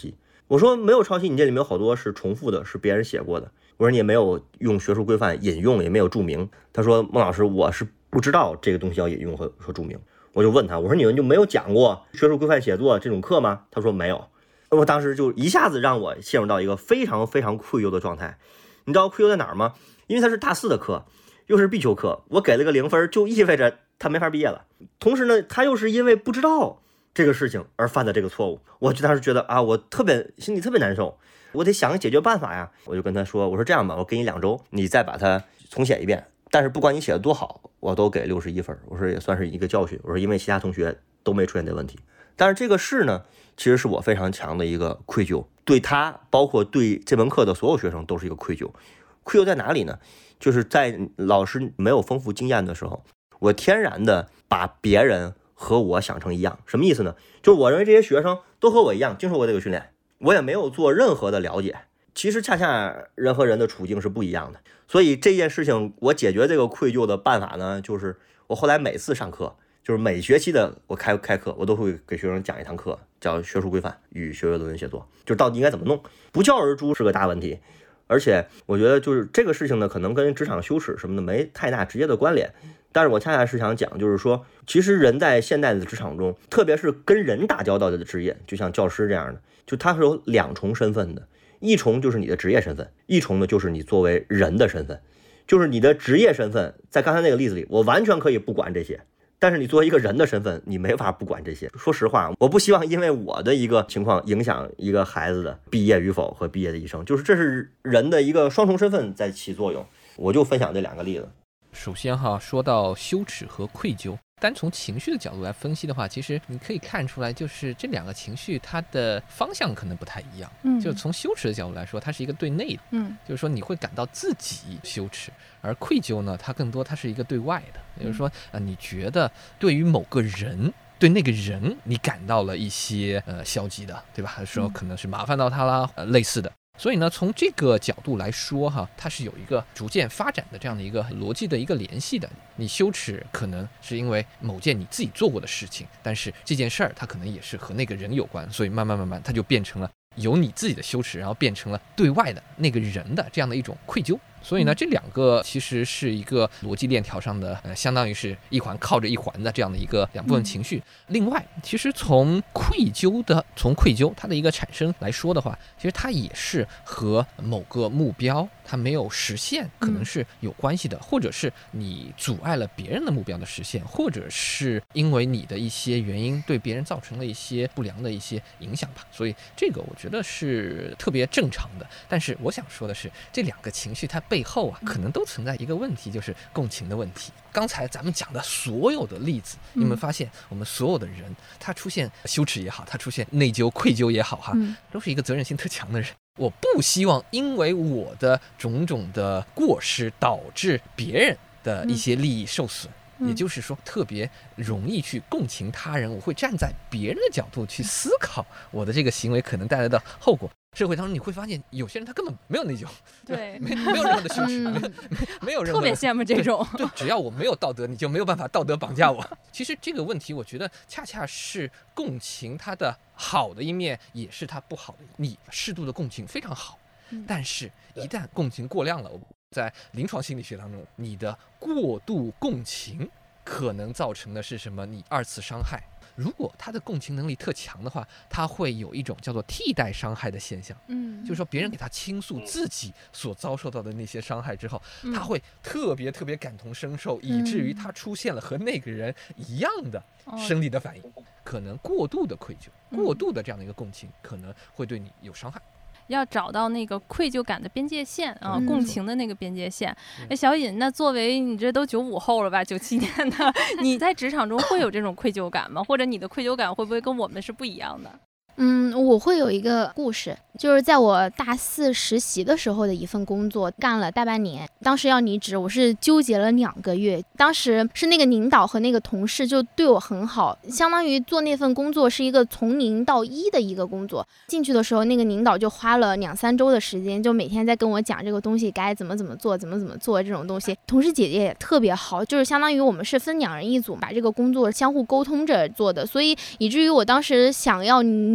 我说没有抄袭，你这里面有好多是重复的，是别人写过的。我说你也没有用学术规范引用，也没有注明。他说孟老师，我是不知道这个东西要引用和和注明。我就问他，我说你们就没有讲过学术规范写作这种课吗？他说没有。我当时就一下子让我陷入到一个非常非常愧疚的状态。你知道愧疚在哪儿吗？因为他是大四的课，又是必修课，我给了个零分，就意味着他没法毕业了。同时呢，他又是因为不知道这个事情而犯的这个错误，我就当时觉得啊，我特别心里特别难受，我得想个解决办法呀。我就跟他说，我说这样吧，我给你两周，你再把它重写一遍，但是不管你写的多好，我都给六十一分。我说也算是一个教训，我说因为其他同学都没出现这问题。但是这个事呢，其实是我非常强的一个愧疚，对他包括对这门课的所有学生都是一个愧疚。愧疚在哪里呢？就是在老师没有丰富经验的时候，我天然的把别人和我想成一样。什么意思呢？就是我认为这些学生都和我一样经受过这个训练，我也没有做任何的了解。其实恰恰人和人的处境是不一样的，所以这件事情我解决这个愧疚的办法呢，就是我后来每次上课，就是每学期的我开开课，我都会给学生讲一堂课，叫学术规范与学术论文写作，就是到底应该怎么弄。不教而诛是个大问题。而且我觉得就是这个事情呢，可能跟职场羞耻什么的没太大直接的关联，但是我恰恰是想讲，就是说其实人在现代的职场中，特别是跟人打交道的职业，就像教师这样的，就他是有两重身份的，一重就是你的职业身份，一重呢就是你作为人的身份。就是你的职业身份，在刚才那个例子里，我完全可以不管这些，但是你作为一个人的身份，你没法不管这些。说实话，我不希望因为我的一个情况影响一个孩子的毕业与否和毕业的一生，就是这是人的一个双重身份在起作用。我就分享这两个例子。 首先哈，说到羞耻和愧疚，单从情绪的角度来分析的话，其实你可以看出来，就是这两个情绪它的方向可能不太一样。嗯，就从羞耻的角度来说，它是一个对内的，嗯，就是说你会感到自己羞耻，而愧疚呢，它更多它是一个对外的，也就是说，呃，你觉得对于某个人。对那个人你感到了一些呃消极的，对吧？说可能是麻烦到他啦，呃类似的。所以呢，从这个角度来说哈，它是有一个逐渐发展的这样的一个逻辑的一个联系的。你羞耻可能是因为某件你自己做过的事情，但是这件事儿它可能也是和那个人有关，所以慢慢慢慢它就变成了有你自己的羞耻，然后变成了对外的那个人的这样的一种愧疚。所以呢，这两个其实是一个逻辑链条上的，呃，相当于是一环靠着一环的这样的一个两部分情绪。嗯、另外，其实从愧疚的从愧疚它的一个产生来说的话，其实它也是和某个目标它没有实现可能是有关系的，嗯、或者是你阻碍了别人的目标的实现，或者是因为你的一些原因对别人造成了一些不良的一些影响吧。所以这个我觉得是特别正常的。但是我想说的是，这两个情绪它背后啊，可能都存在一个问题，就是共情的问题。刚才咱们讲的所有的例子，你们发现我们所有的人，他出现羞耻也好，他出现内疚、愧疚也好，哈，都是一个责任心特强的人。我不希望因为我的种种的过失导致别人的一些利益受损。也就是说，特别容易去共情他人，我会站在别人的角度去思考我的这个行为可能带来的后果。社会当中你会发现，有些人他根本没有内疚， 对， 没没有任何的羞耻，没有没有任何的， 特别羡慕这种。 对，只要我没有道德，你就没有办法道德绑架我。其实这个问题，我觉得恰恰是共情它的好的一面，也是它不好的。你适度的共情非常好，但是一旦共情过量了，在临床心理学当中，你的过度共情可能造成的是什么？你二次伤害。如果他的共情能力特强的话，他会有一种叫做替代伤害的现象。嗯，就是说别人给他倾诉自己所遭受到的那些伤害之后，嗯、他会特别特别感同身受，嗯、以至于他出现了和那个人一样的生理的反应。哦、可能过度的愧疚、过度的这样的一个共情，可能会对你有伤害。 要找到那个愧疚感的边界线啊，嗯、共情的那个边界线。哎，小尹，那作为你这都九五后了吧，九七年的，你在职场中会有这种愧疚感吗？或者你的愧疚感会不会跟我们是不一样的？ 嗯，我会有一个故事，就是在我大四实习的时候的一份工作，干了大半年，当时要离职，我是纠结了两个月。当时是那个领导和那个同事就对我很好，相当于做那份工作是一个从零到一的一个工作。进去的时候，那个领导就花了两三周的时间，就每天在跟我讲这个东西该怎么怎么做，怎么怎么做这种东西。同事姐姐也特别好，就是相当于我们是分两人一组，把这个工作相互沟通着做的，所以以至于我当时想要离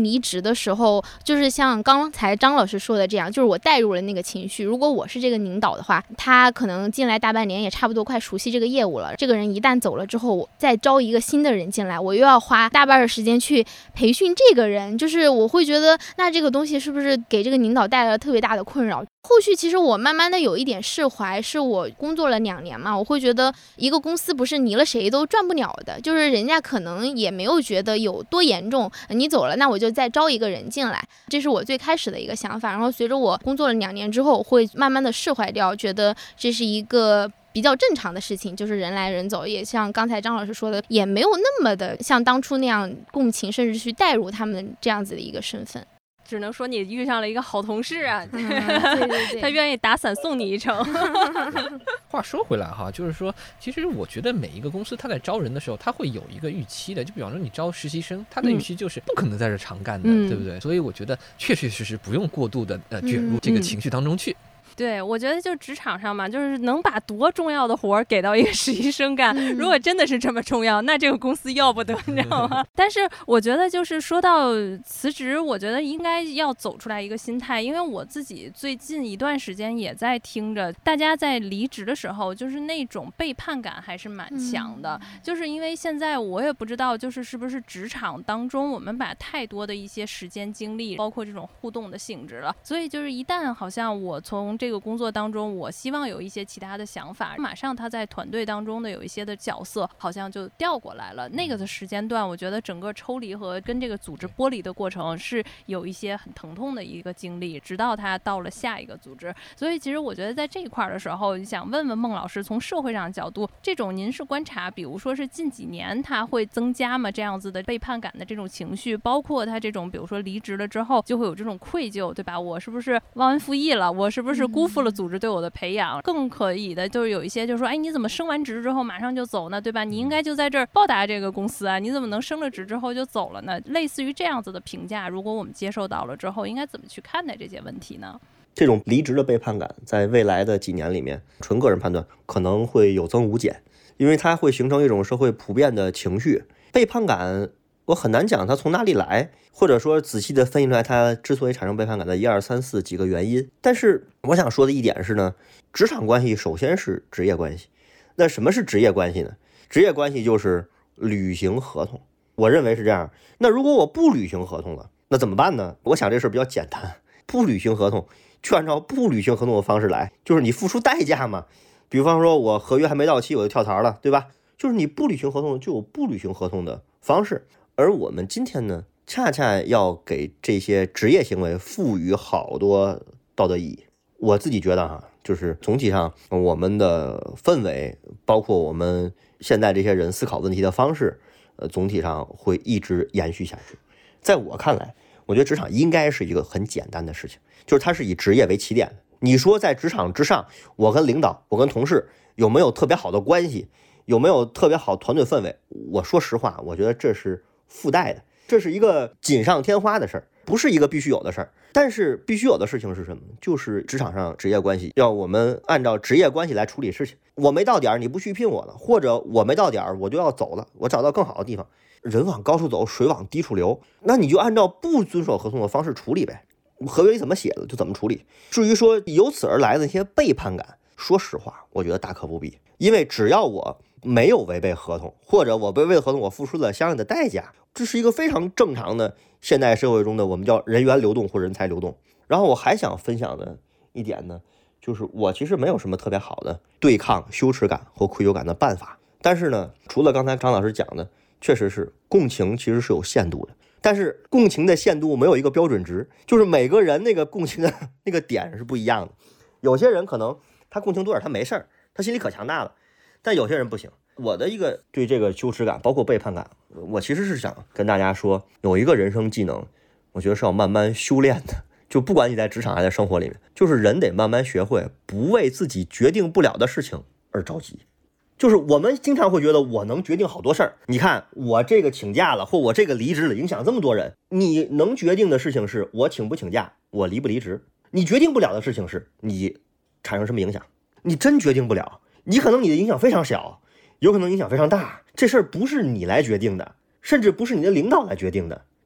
离职的时候，就是像刚才张老师说的这样，就是我带入了那个情绪。如果我是这个领导的话，他可能进来大半年，也差不多快熟悉这个业务了。这个人一旦走了之后，我再招一个新的人进来，我又要花大半的时间去培训这个人，就是我会觉得，那这个东西是不是给这个领导带来了特别大的困扰？后续其实我慢慢的有一点释怀，是我工作了两年嘛，我会觉得一个公司不是离了谁都转不了的，就是人家可能也没有觉得有多严重，你走了那我就再招一个人进来，这是我最开始的一个想法。然后随着我工作了两年之后，会慢慢的释怀掉，觉得这是一个比较正常的事情，就是人来人走，也像刚才张老师说的，也没有那么的像当初那样共情，甚至去带入他们这样子的一个身份。 只能说你遇上了一个好同事啊， 嗯、对对对， 他愿意打伞送你一程。 话说回来哈，就是说，其实我觉得每一个公司他在招人的时候，他会有一个预期的。就比方说你招实习生，他的预期就是不可能在这长干的，嗯、对不对？所以我觉得确确实实不用过度的呃卷入这个情绪当中去。嗯嗯对，我觉得就职场上嘛，就是能把多重要的活儿给到一个实习生干，嗯、如果真的是这么重要，那这个公司要不得，你知道吗？但是我觉得就是说到辞职，我觉得应该要走出来一个心态，因为我自己最近一段时间也在听着大家在离职的时候，就是那种背叛感还是蛮强的，嗯、就是因为现在我也不知道，就是是不是职场当中我们把太多的一些时间精力，包括这种互动的性质了，所以就是一旦好像我从这个工作当中，我希望有一些其他的想法，马上他在团队当中的有一些的角色好像就调过来了，那个的时间段我觉得整个抽离和跟这个组织剥离的过程是有一些很疼痛的一个经历，直到他到了下一个组织。所以其实我觉得在这一块的时候，想问问孟老师，从社会上的角度，这种您是观察，比如说是近几年他会增加吗这样子的背叛感的这种情绪，包括他这种比如说离职了之后就会有这种愧疚，对吧？我是不是忘恩负义了？我是不是辜负了组织对我的培养？更可以的就是有一些就是说，哎，你怎么升完职之后马上就走呢？对吧？你应该就在这儿报答这个公司啊，你怎么能升了职之后就走了呢？类似于这样子的评价，如果我们接受到了之后，应该怎么去看待这些问题呢？ 这种离职的背叛感，在未来的几年里面，纯个人判断可能会有增无减，因为它会形成一种社会普遍的情绪。背叛感，我很难讲它从哪里来，或者说仔细的分析出来它之所以产生背叛感的一二三四几个原因。但是我想说的一点是呢，职场关系首先是职业关系。那什么是职业关系呢？职业关系就是履行合同，我认为是这样。那如果我不履行合同了，那怎么办呢？我想这事比较简单，不履行合同就按照不履行合同的方式来，就是你付出代价嘛。比方说我合约还没到期我就跳槽了，对吧？就是你不履行合同就有不履行合同的方式。而我们今天呢，恰恰要给这些职业行为赋予好多道德意义。我自己觉得哈，就是总体上我们的氛围，包括我们现在这些人思考问题的方式，呃，总体上会一直延续下去。在我看来，我觉得职场应该是一个很简单的事情，就是它是以职业为起点的。你说在职场之上，我跟领导，我跟同事有没有特别好的关系，有没有特别好团队氛围？我说实话，我觉得这是附带的，这是一个锦上添花的事儿，不是一个必须有的事儿。但是必须有的事情是什么？就是职场上职业关系，要我们按照职业关系来处理事情。我没到点你不续聘我了，或者我没到点我就要走了，我找到更好的地方。人往高处走，水往低处流，那你就按照不遵守合同的方式处理呗，合约里怎么写的就怎么处理。至于说由此而来的那些背叛感，说实话我觉得大可不必，因为只要我没有违背合同，或者我违背合同我付出了相应的代价，这是一个非常正常的现代社会中的我们叫人员流动或人才流动。然后我还想分享的一点呢，就是我其实没有什么特别好的对抗羞耻感或愧疚感的办法，但是呢，除了刚才张老师讲的，确实是共情其实是有限度的，但是共情的限度没有一个标准值，就是每个人那个共情的那个点是不一样的。有些人可能他共情多点他没事儿，他心里可强大了，但有些人不行。我的一个对这个羞耻感包括背叛感，我其实是想跟大家说，有一个人生技能我觉得是要慢慢修炼的，就不管你在职场还在生活里面，就是人得慢慢学会不为自己决定不了的事情而着急。就是我们经常会觉得我能决定好多事儿，你看我这个请假了，或我这个离职了，影响这么多人。你能决定的事情是我请不请假，我离不离职。你决定不了的事情是你产生什么影响，你真决定不了。你可能你的影响非常小，有可能影响非常大，这事儿不是你来决定的，甚至不是你的领导来决定的，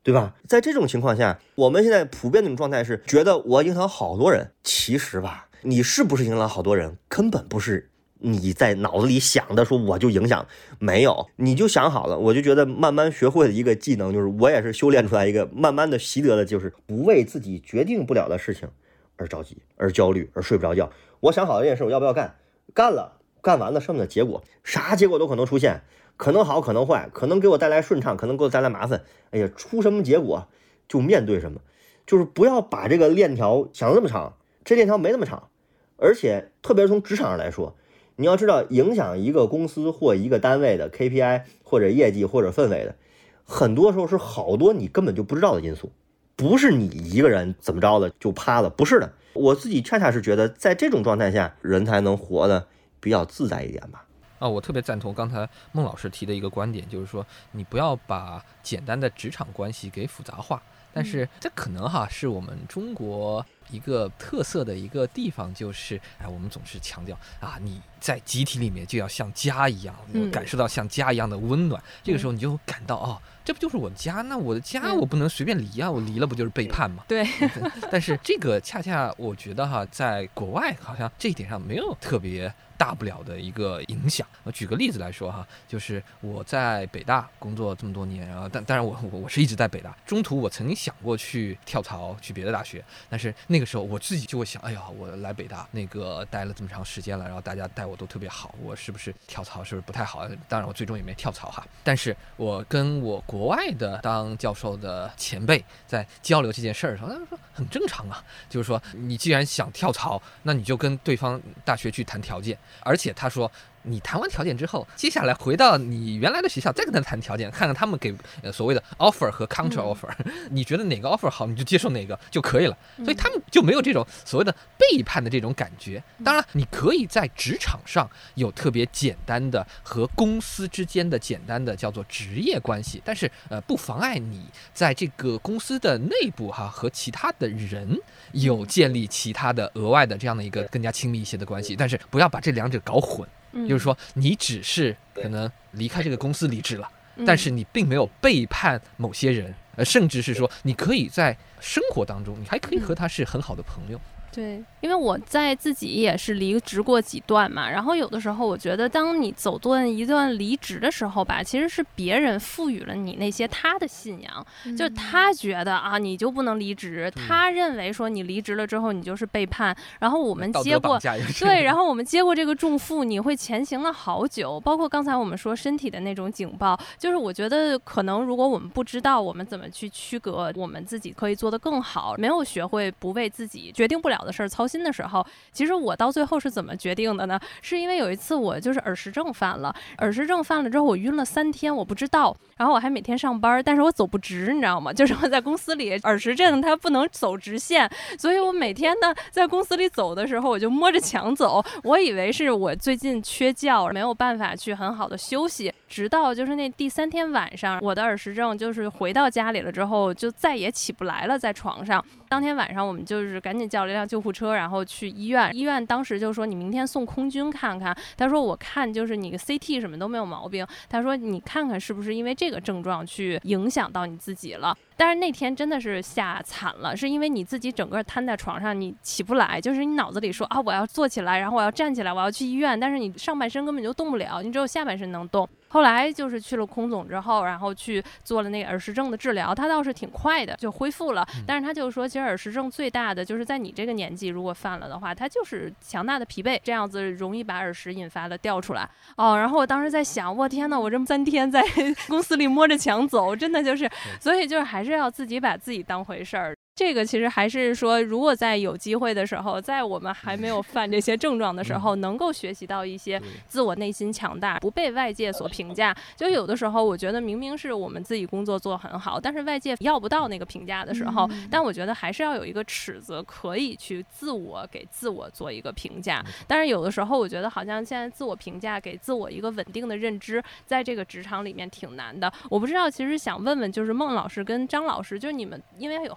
对吧？在这种情况下，我们现在普遍的一种状态是觉得我影响好多人，其实吧，你是不是影响好多人，根本不是你在脑子里想的说我就影响，没有，你就想好了。我就觉得慢慢学会的一个技能，就是我也是修炼出来一个慢慢的习得的，就是不为自己决定不了的事情而着急，而焦虑，而睡不着觉。我想好了这件事我要不要干，干了，干完了剩下的结果啥结果都可能出现，可能好可能坏，可能给我带来顺畅，可能给我带来麻烦，哎呀，出什么结果就面对什么，就是不要把这个链条想得那么长，这链条没那么长。而且特别是从职场上来说，你要知道影响一个公司或一个单位的 K P I 或者业绩或者氛围的，很多时候是好多你根本就不知道的因素，不是你一个人怎么着的就趴了，不是的。我自己恰恰是觉得在这种状态下人才能活得比较自在一点吧。 啊，我特别赞同刚才孟老师提的一个观点，就是说你不要把简单的职场关系给复杂化。但是这可能哈是我们中国一个特色的一个地方，就是哎，我们总是强调啊，你在集体里面就要像家一样，感受到像家一样的温暖。嗯、这个时候你就感到哦，这不就是我的家？那我的家我不能随便离啊，我离了不就是背叛吗？ 对。 但是这个恰恰我觉得哈，在国外好像这一点上没有特别大不了的一个影响。我举个例子来说哈，就是我在北大工作这么多年，然后但当然我我我是一直在北大，中途我曾经想过去跳槽去别的大学，但是那个时候我自己就会想，哎呀，我来北大那个待了这么长时间了，然后大家带我都特别好，我是不是跳槽是不是不太好？当然我最终也没跳槽哈，但是我跟我国外的当教授的前辈在交流这件事儿的时候，他们说很正常啊，就是说你既然想跳槽，那你就跟对方大学去谈条件。而且他说你谈完条件之后，接下来回到你原来的学校再跟他谈条件，看看他们给呃所谓的 offer 和 counter offer、嗯、你觉得哪个 offer 好你就接受哪个就可以了，所以他们就没有这种所谓的背叛的这种感觉。当然你可以在职场上有特别简单的和公司之间的简单的叫做职业关系，但是呃不妨碍你在这个公司的内部哈和其他的人有建立其他的额外的这样的一个更加亲密一些的关系，但是不要把这两者搞混。就是说你只是可能离开这个公司离职了，但是你并没有背叛某些人，呃，甚至是说你可以在生活当中你还可以和他是很好的朋友。 对，因为我在自己也是离职过几段嘛，然后有的时候我觉得当你走断一段离职的时候吧，其实是别人赋予了你那些他的信仰、嗯、就是他觉得啊你就不能离职、嗯、他认为说你离职了之后你就是背叛，然后我们接过对，然后我们接过这个重负，你会前行了好久。包括刚才我们说身体的那种警报，就是我觉得可能如果我们不知道我们怎么去区隔我们自己可以做得更好，没有学会不为自己决定不了的事儿操心的时候，其实我到最后是怎么决定的呢？是因为有一次我就是耳石症犯了，耳石症犯了之后我晕了三天，我不知道，然后我还每天上班，但是我走不直，你知道吗？就是我在公司里耳石症它不能走直线，所以我每天呢在公司里走的时候我就摸着墙走，我以为是我最近缺觉没有办法去很好的休息，直到就是那第三天晚上，我的耳石症就是回到家里了之后就再也起不来了，在床上。当天晚上我们就是赶紧叫了一辆救护车，然后去医院。医院当时就说你明天送空军看看，他说我看就是你 C T 什么都没有毛病，他说你看看是不是因为这个症状去影响到你自己了。但是那天真的是吓惨了，是因为你自己整个瘫在床上，你起不来，就是你脑子里说啊我要坐起来，然后我要站起来，我要去医院，但是你上半身根本就动不了，你只有下半身能动。后来就是去了空总之后，然后去做了那个耳石症的治疗，他倒是挺快的就恢复了，但是他就说其实耳石症最大的就是在你这个年纪如果犯了的话，它就是强大的疲惫，这样子容易把耳石引发的掉出来哦。然后我当时在想，我天哪，我这三天在公司里摸着墙走，真的就是，所以就是还是要自己把自己当回事儿。这个其实还是说，如果在有机会的时候，在我们还没有犯这些症状的时候，能够学习到一些自我内心强大，不被外界所评价。就有的时候我觉得明明是我们自己工作做很好，但是外界要不到那个评价的时候，但我觉得还是要有一个尺子，可以去自我给自我做一个评价。但是有的时候我觉得好像现在自我评价给自我一个稳定的认知，在这个职场里面挺难的。我不知道，其实想问问就是孟老师跟张老师，就是你们因为有学生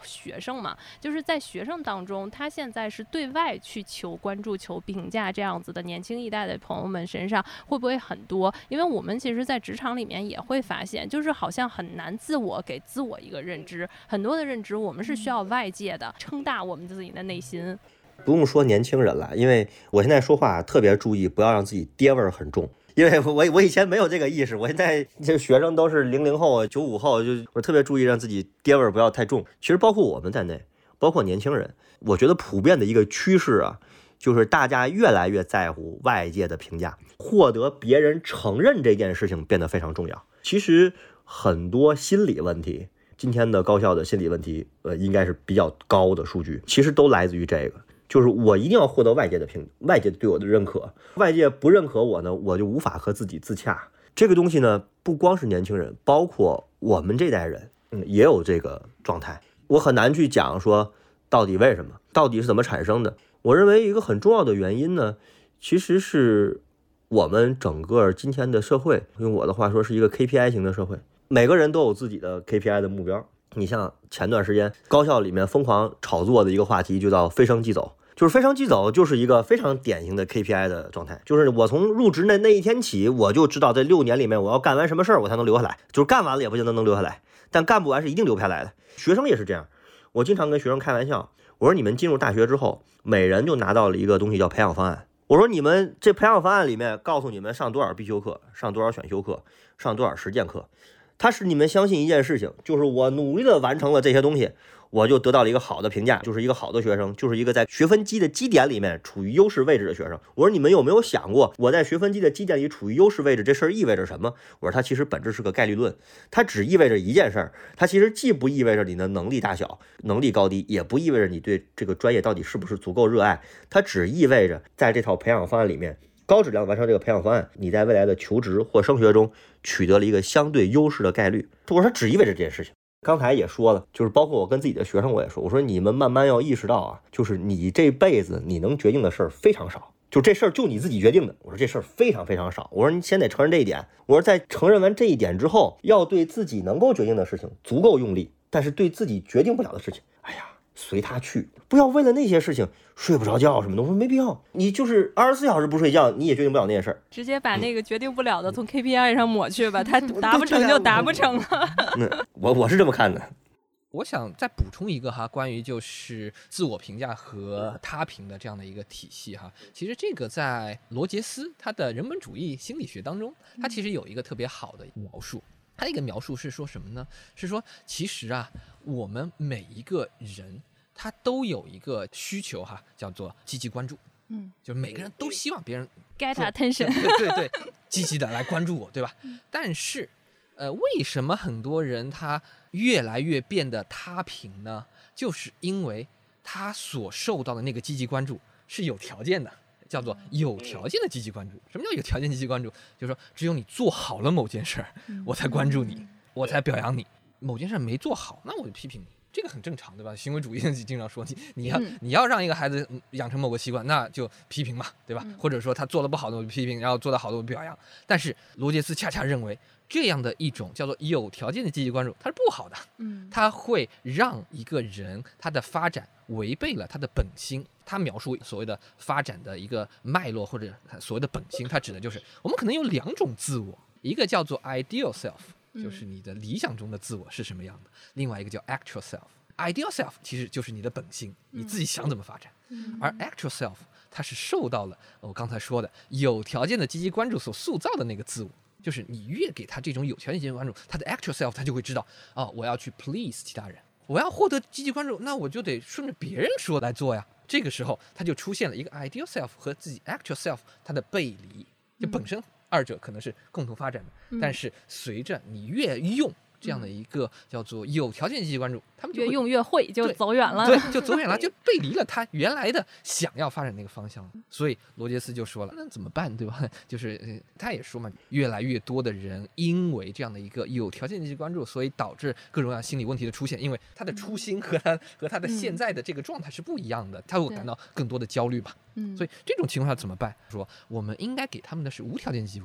生嘛，就是在学生当中，他现在是对外去求关注、求评价这样子的年轻一代的朋友们身上会不会很多？因为我们其实在职场里面也会发现，就是好像很难自我给自我一个认知，很多的认知我们是需要外界的撑大我们自己的内心。 不用说年轻人了，因为我现在说话特别注意，不要让自己爹味儿很重。因为我我以前没有这个意识，我现在这学生都是零零后、九五后，就我特别注意让自己爹味儿不要太重。其实包括我们在内，包括年轻人，我觉得普遍的一个趋势啊，就是大家越来越在乎外界的评价，获得别人承认这件事情变得非常重要。其实很多心理问题，今天的高校的心理问题，呃，应该是比较高的数据，其实都来自于这个。就是我一定要获得外界的评，外界对我的认可，外界不认可我呢，我就无法和自己自洽。这个东西呢，不光是年轻人，包括我们这代人，嗯，也有这个状态。我很难去讲说到底为什么，到底是怎么产生的。我认为一个很重要的原因呢，其实是我们整个今天的社会，用我的话说是一个 K P I 型的社会，每个人都有自己的 K P I 的目标。你像前段时间高校里面疯狂炒作的一个话题，就叫飞升即走。就是飞升即走就是一个非常典型的 K P I 的状态，就是我从入职那那一天起，我就知道这六年里面我要干完什么事儿我才能留下来，就是干完了也不见得能留下来，但干不完是一定留不下来的。学生也是这样，我经常跟学生开玩笑，我说你们进入大学之后，每人就拿到了一个东西叫培养方案。我说你们这培养方案里面告诉你们上多少必修课，上多少选修课，上多少实践课，它使你们相信一件事情，就是我努力的完成了这些东西，我就得到了一个好的评价，就是一个好的学生，就是一个在学分基的基点里面处于优势位置的学生。我说你们有没有想过，我在学分基的基点里处于优势位置，这事儿意味着什么？我说它其实本质是个概率论，它只意味着一件事儿，它其实既不意味着你的能力大小、能力高低，也不意味着你对这个专业到底是不是足够热爱，它只意味着在这套培养方案里面，高质量完成这个培养方案，你在未来的求职或升学中取得了一个相对优势的概率。我说它只意味着这件事情。刚才也说了，就是包括我跟自己的学生我也说，我说你们慢慢要意识到啊，就是你这辈子你能决定的事儿非常少，就这事儿就你自己决定的。我说这事儿非常非常少，我说你先得承认这一点。我说在承认完这一点之后，要对自己能够决定的事情足够用力，但是对自己决定不了的事情，哎呀，随他去，不要为了那些事情睡不着觉什么的，我说没必要。你就是二十四小时不睡觉，你也决定不了那些事儿。 直接把那个决定不了的从 K P I 上抹去吧，他达不成就达不成了。 嗯，我我是这么看的。 我想再补充一个哈，关于就是自我评价和他评的这样的一个体系哈。其实这个在罗杰斯他的人本主义心理学当中，他其实有一个特别好的描述。他一个描述是说什么呢？是说其实啊，我们每一个人他都有一个需求哈，叫做积极关注。嗯，就是每个人都希望别人 get attention， 对对对，积极的来关注我，对吧？但是，呃，为什么很多人他越来越变得他评呢？就是因为他所受到的那个积极关注是有条件的，叫做有条件的积极关注。什么叫有条件积极关注？就是说，只有你做好了某件事儿，我才关注你，我才表扬你。某件事没做好，那我就批评你。这个很正常，对吧？行为主义经常说你，你要你要让一个孩子养成某个习惯，那就批评嘛，对吧？嗯、或者说他做得不好的我就批评，然后做得好的我表扬。但是罗杰斯恰恰认为，这样的一种叫做有条件的积极关注，它是不好的。嗯，它会让一个人他的发展违背了他的本心。他描述所谓的发展的一个脉络或者所谓的本心，它指的就是我们可能有两种自我，一个叫做 ideal self。就是你的理想中的自我是什么样的，另外一个叫 actual self。ideal self 其实就是你的本心，你自己想怎么发展，而 actual self 它是受到了我刚才说的有条件的积极关注所塑造的那个自我。就是你越给他这种有条件积极关注，他的 actual self 他就会知道，哦，我要去 please 其他人，我要获得积极关注，那我就得顺着别人说来做呀。这个时候他就出现了一个 ideal self 和自己 actual self 它的背离，就本身二者可能是共同发展的，嗯、但是随着你越用这样的一个叫做有条件积极关注，他们就越用越会，就走远了， 对，就走远了，就背离了他原来的想要发展那个方向。所以罗杰斯就说了，那怎么办，对吧？就是他也说嘛，越来越多的人因为这样的一个有条件积极关注，所以导致各种各样心理问题的出现，因为他的初心和他和他的现在的这个状态是不一样的，他会感到更多的焦虑吧。嗯，所以这种情况下怎么办？说我们应该给他们的是无条件积极关注，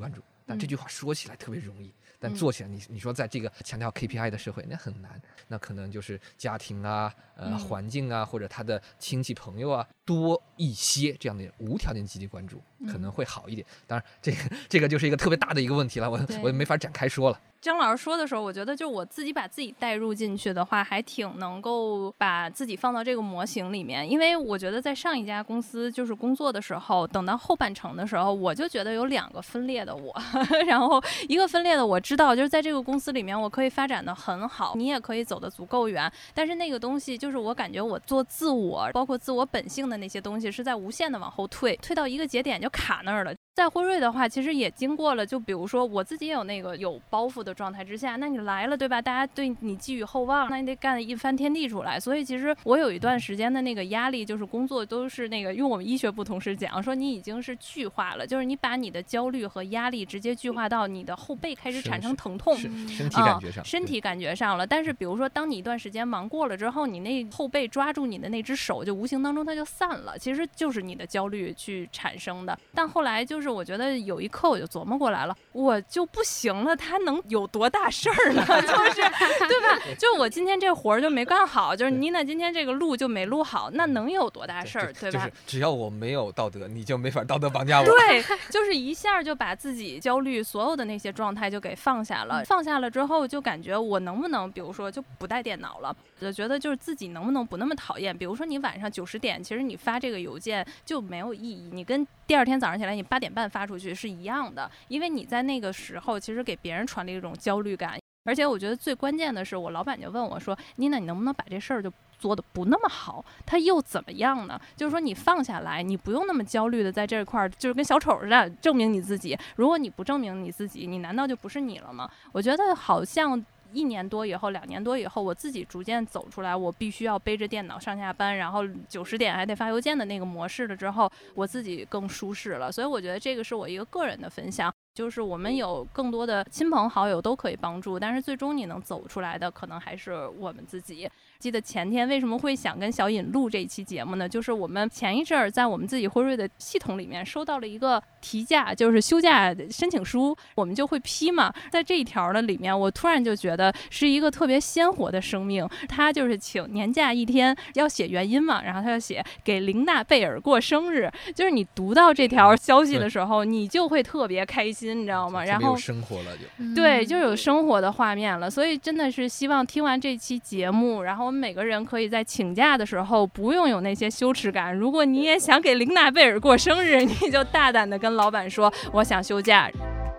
但这句话说起来特别容易，但做起来你你说在这个强调 K P I 的社会那很难，那可能就是家庭啊呃环境啊或者他的亲戚朋友啊多一些这样的无条件积极关注可能会好一点。当然这个这个就是一个特别大的一个问题了，我我也没法展开说了。 张老师说的时候，我觉得就我自己把自己带入进去的话，还挺能够把自己放到这个模型里面。因为我觉得在上一家公司就是工作的时候，等到后半程的时候，我就觉得有两个分裂的我然后一个分裂的我知道就是在这个公司里面我可以发展的很好，你也可以走得足够远，但是那个东西就是我感觉我做自我包括自我本性的那些东西是在无限的往后退，退到一个节点就卡那儿了。在辉瑞的话其实也经过了，就比如说我自己也有那个有包袱的状态之下，那你来了对吧，大家对你寄予厚望，那你得干一番天地出来。所以其实我有一段时间的那个压力就是工作都是那个用我们医学部同事讲说你已经是巨化了，就是你把你的焦虑和压力直接巨化到你的后背开始产生疼痛， 身体感觉上、 嗯、身体感觉上了。但是比如说当你一段时间忙过了之后，你那后背抓住你的那只手就无形当中它就散了，其实就是你的焦虑去产生的。但后来就是我觉得有一刻我就琢磨过来了，我就不行了，他能有多大事儿呢就是对吧，就我今天这活儿就没干好，就是妮娜今天这个录就没录好，那能有多大事儿 对, 对, 对吧、 就是、只要我没有道德你就没法道德绑架我。 对，就是一下就把自己焦虑所有的那些状态就给放下了，放下了之后就感觉我能不能比如说就不带电脑了，就觉得就是自己能不能不那么讨厌。比如说你晚上九十点其实你发这个邮件就没有意义，你跟第二天早上起来你八点半发出去是一样的，因为你在那个时候其实给别人传递一种焦虑感。而且我觉得最关键的是我老板就问我说妮娜你能不能把这事儿就做的不那么好，他又怎么样呢？就是说你放下来，你不用那么焦虑的在这块儿就是跟小丑似的证明你自己，如果你不证明你自己，你难道就不是你了吗？我觉得好像一年多以后两年多以后我自己逐渐走出来，我必须要背着电脑上下班，然后九十点还得发邮件的那个模式了之后，我自己更舒适了。所以我觉得这个是我一个个人的分享，就是我们有更多的亲朋好友都可以帮助，但是最终你能走出来的可能还是我们自己。记得前天为什么会想跟小尹录这一期节目呢，就是我们前一阵儿在我们自己辉瑞的系统里面收到了一个提假就是休假申请书，我们就会批嘛。在这一条的里面我突然就觉得是一个特别鲜活的生命，他就是请年假一天要写原因嘛，然后他就写给琳娜贝尔过生日，就是你读到这条消息的时候你就会特别开心你知道吗？然后有生活了就对，就有生活的画面了。所以真的是希望听完这期节目，然后我们每个人可以在请假的时候不用有那些羞耻感，如果你也想给琳娜贝尔过生日，你就大胆的跟老板说我想休假。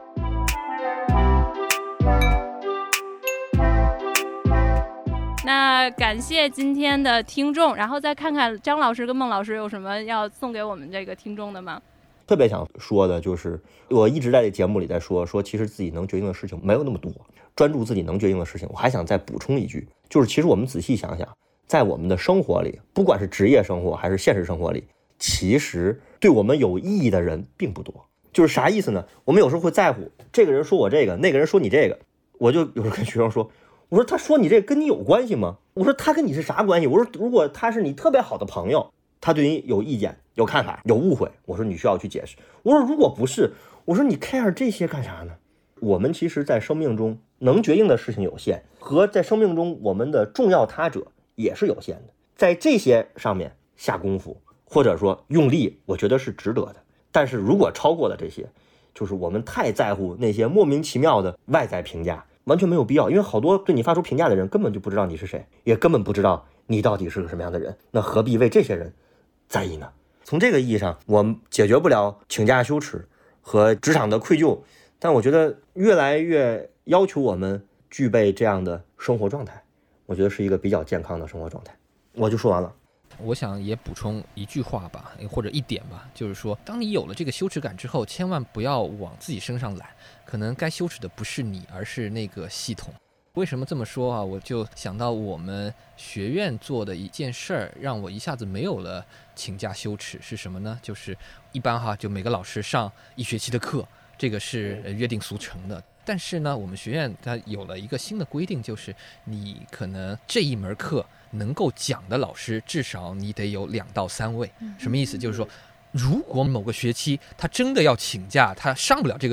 那感谢今天的听众，然后再看看张老师跟孟老师有什么要送给我们这个听众的吗？ 特别想说的就是我一直在这节目里在说说其实自己能决定的事情没有那么多，专注自己能决定的事情。我还想再补充一句，就是其实我们仔细想想，在我们的生活里，不管是职业生活还是现实生活里，其实对我们有意义的人并不多。就是啥意思呢？我们有时候会在乎这个人说我这个，那个人说你这个，我就有时候跟学生说，我说他说你这个跟你有关系吗？我说他跟你是啥关系？我说如果他是你特别好的朋友，他对你有意见有看法有误会，我说你需要去解释。我说如果不是，我说你 care 这些干啥呢？我们其实在生命中能决定的事情有限，和在生命中我们的重要他者也是有限的，在这些上面下功夫或者说用力，我觉得是值得的。但是如果超过了这些，就是我们太在乎那些莫名其妙的外在评价，完全没有必要。因为好多对你发出评价的人根本就不知道你是谁，也根本不知道你到底是个什么样的人，那何必为这些人在意呢？从这个意义上，我们解决不了请假羞耻和职场的愧疚，但我觉得越来越要求我们具备这样的生活状态，我觉得是一个比较健康的生活状态。我就说完了。 我想也补充一句话吧，或者一点吧，就是说当你有了这个羞耻感之后，千万不要往自己身上揽，可能该羞耻的不是你，而是那个系统。为什么这么说啊？我就想到我们学院做的一件事儿，让我一下子没有了请假羞耻，是什么呢？就是一般哈，就每个老师上一学期的课，这个是约定俗成的。但是呢，我们学院它有了一个新的规定，就是你可能这一门课能够讲的老师至少你得有两到三位。什么意思？就是说如果某个学期他真的要请假，他上不了这个课了，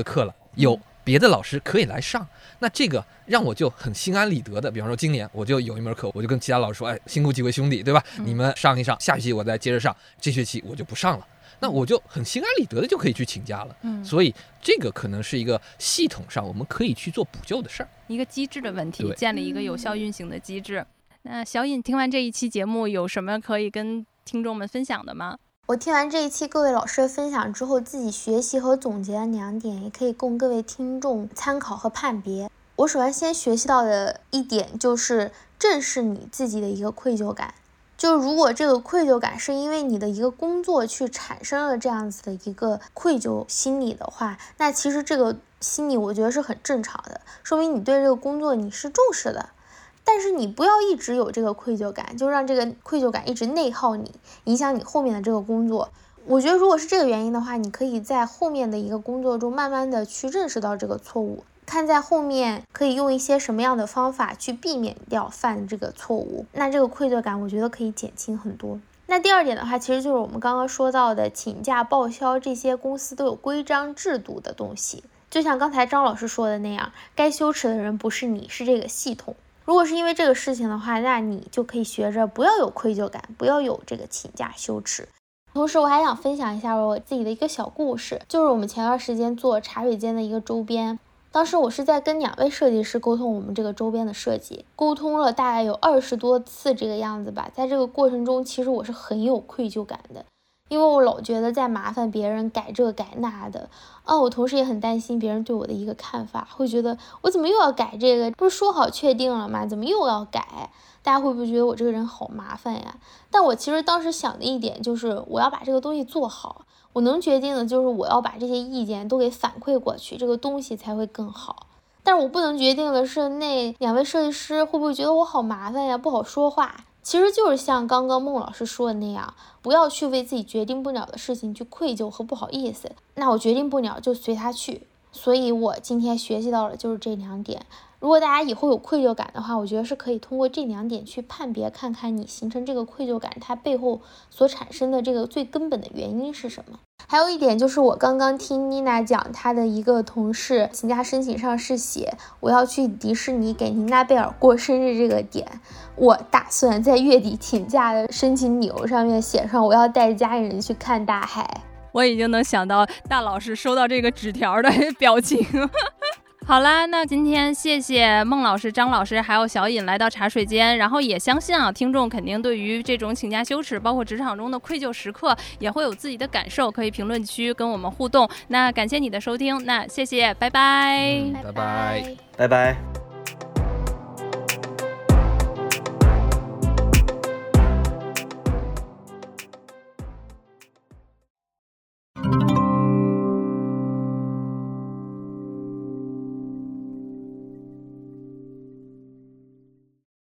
有别的老师可以来上，那这个让我就很心安理得的。比方说今年我就有一门课，我就跟其他老师说，哎，辛苦几位兄弟，对吧？ 嗯、 你们上一上，下学期我再接着上，这学期我就不上了。那我就很心安理得的就可以去请假了。 嗯， 所以这个可能是一个系统上我们可以去做补救的事儿， 一个机制的问题，建立一个有效运行的机制。那小尹听完这一期节目，有什么可以跟听众们分享的吗？ 我听完这一期各位老师的分享之后，自己学习和总结了两点，也可以供各位听众参考和判别。我首先先学习到的一点就是正视你自己的一个愧疚感。就如果这个愧疚感是因为你的一个工作去产生了这样子的一个愧疚心理的话，那其实这个心理我觉得是很正常的，说明你对这个工作你是重视的。但是你不要一直有这个愧疚感，就让这个愧疚感一直内耗你，影响你后面的这个工作。我觉得如果是这个原因的话，你可以在后面的一个工作中慢慢的去认识到这个错误，看在后面可以用一些什么样的方法去避免掉犯这个错误，那这个愧疚感我觉得可以减轻很多。那第二点的话，其实就是我们刚刚说到的请假报销，这些公司都有规章制度的东西。就像刚才张老师说的那样，该羞耻的人不是你，是这个系统。如果是因为这个事情的话，那你就可以学着不要有愧疚感，不要有这个请假羞耻。同时我还想分享一下我自己的一个小故事，就是我们前段时间做茶水间的一个周边，当时我是在跟两位设计师沟通我们这个周边的设计，沟通了大概有二十多次这个样子吧。在这个过程中，其实我是很有愧疚感的，因为我老觉得在麻烦别人改这改那的啊，我同时也很担心别人对我的一个看法，会觉得我怎么又要改这个，不是说好确定了吗？怎么又要改？大家会不会觉得我这个人好麻烦呀？但我其实当时想的一点就是我要把这个东西做好，我能决定的就是我要把这些意见都给反馈过去，这个东西才会更好。但是我不能决定的是那两位设计师会不会觉得我好麻烦呀，不好说话。其实就是像刚刚孟老师说的那样，不要去为自己决定不了的事情去愧疚和不好意思，那我决定不了就随他去。所以我今天学习到的就是这两点。如果大家以后有愧疚感的话，我觉得是可以通过这两点去判别，看看你形成这个愧疚感它背后所产生的这个最根本的原因是什么。还有一点就是我刚刚听妮娜讲，她的一个同事请假申请上是写我要去迪士尼给妮娜贝尔过生日这个点，我打算在月底请假的申请理由上面写上我要带家里人去看大海。 我已经能想到大老师收到这个纸条的表情。好啦，那今天谢谢孟老师、张老师还有小尹来到茶水间，然后也相信啊，听众肯定对于这种请假羞耻，包括职场中的愧疚时刻，也会有自己的感受，可以评论区跟我们互动。那感谢你的收听，那谢谢，拜拜， 嗯、拜拜， 拜拜。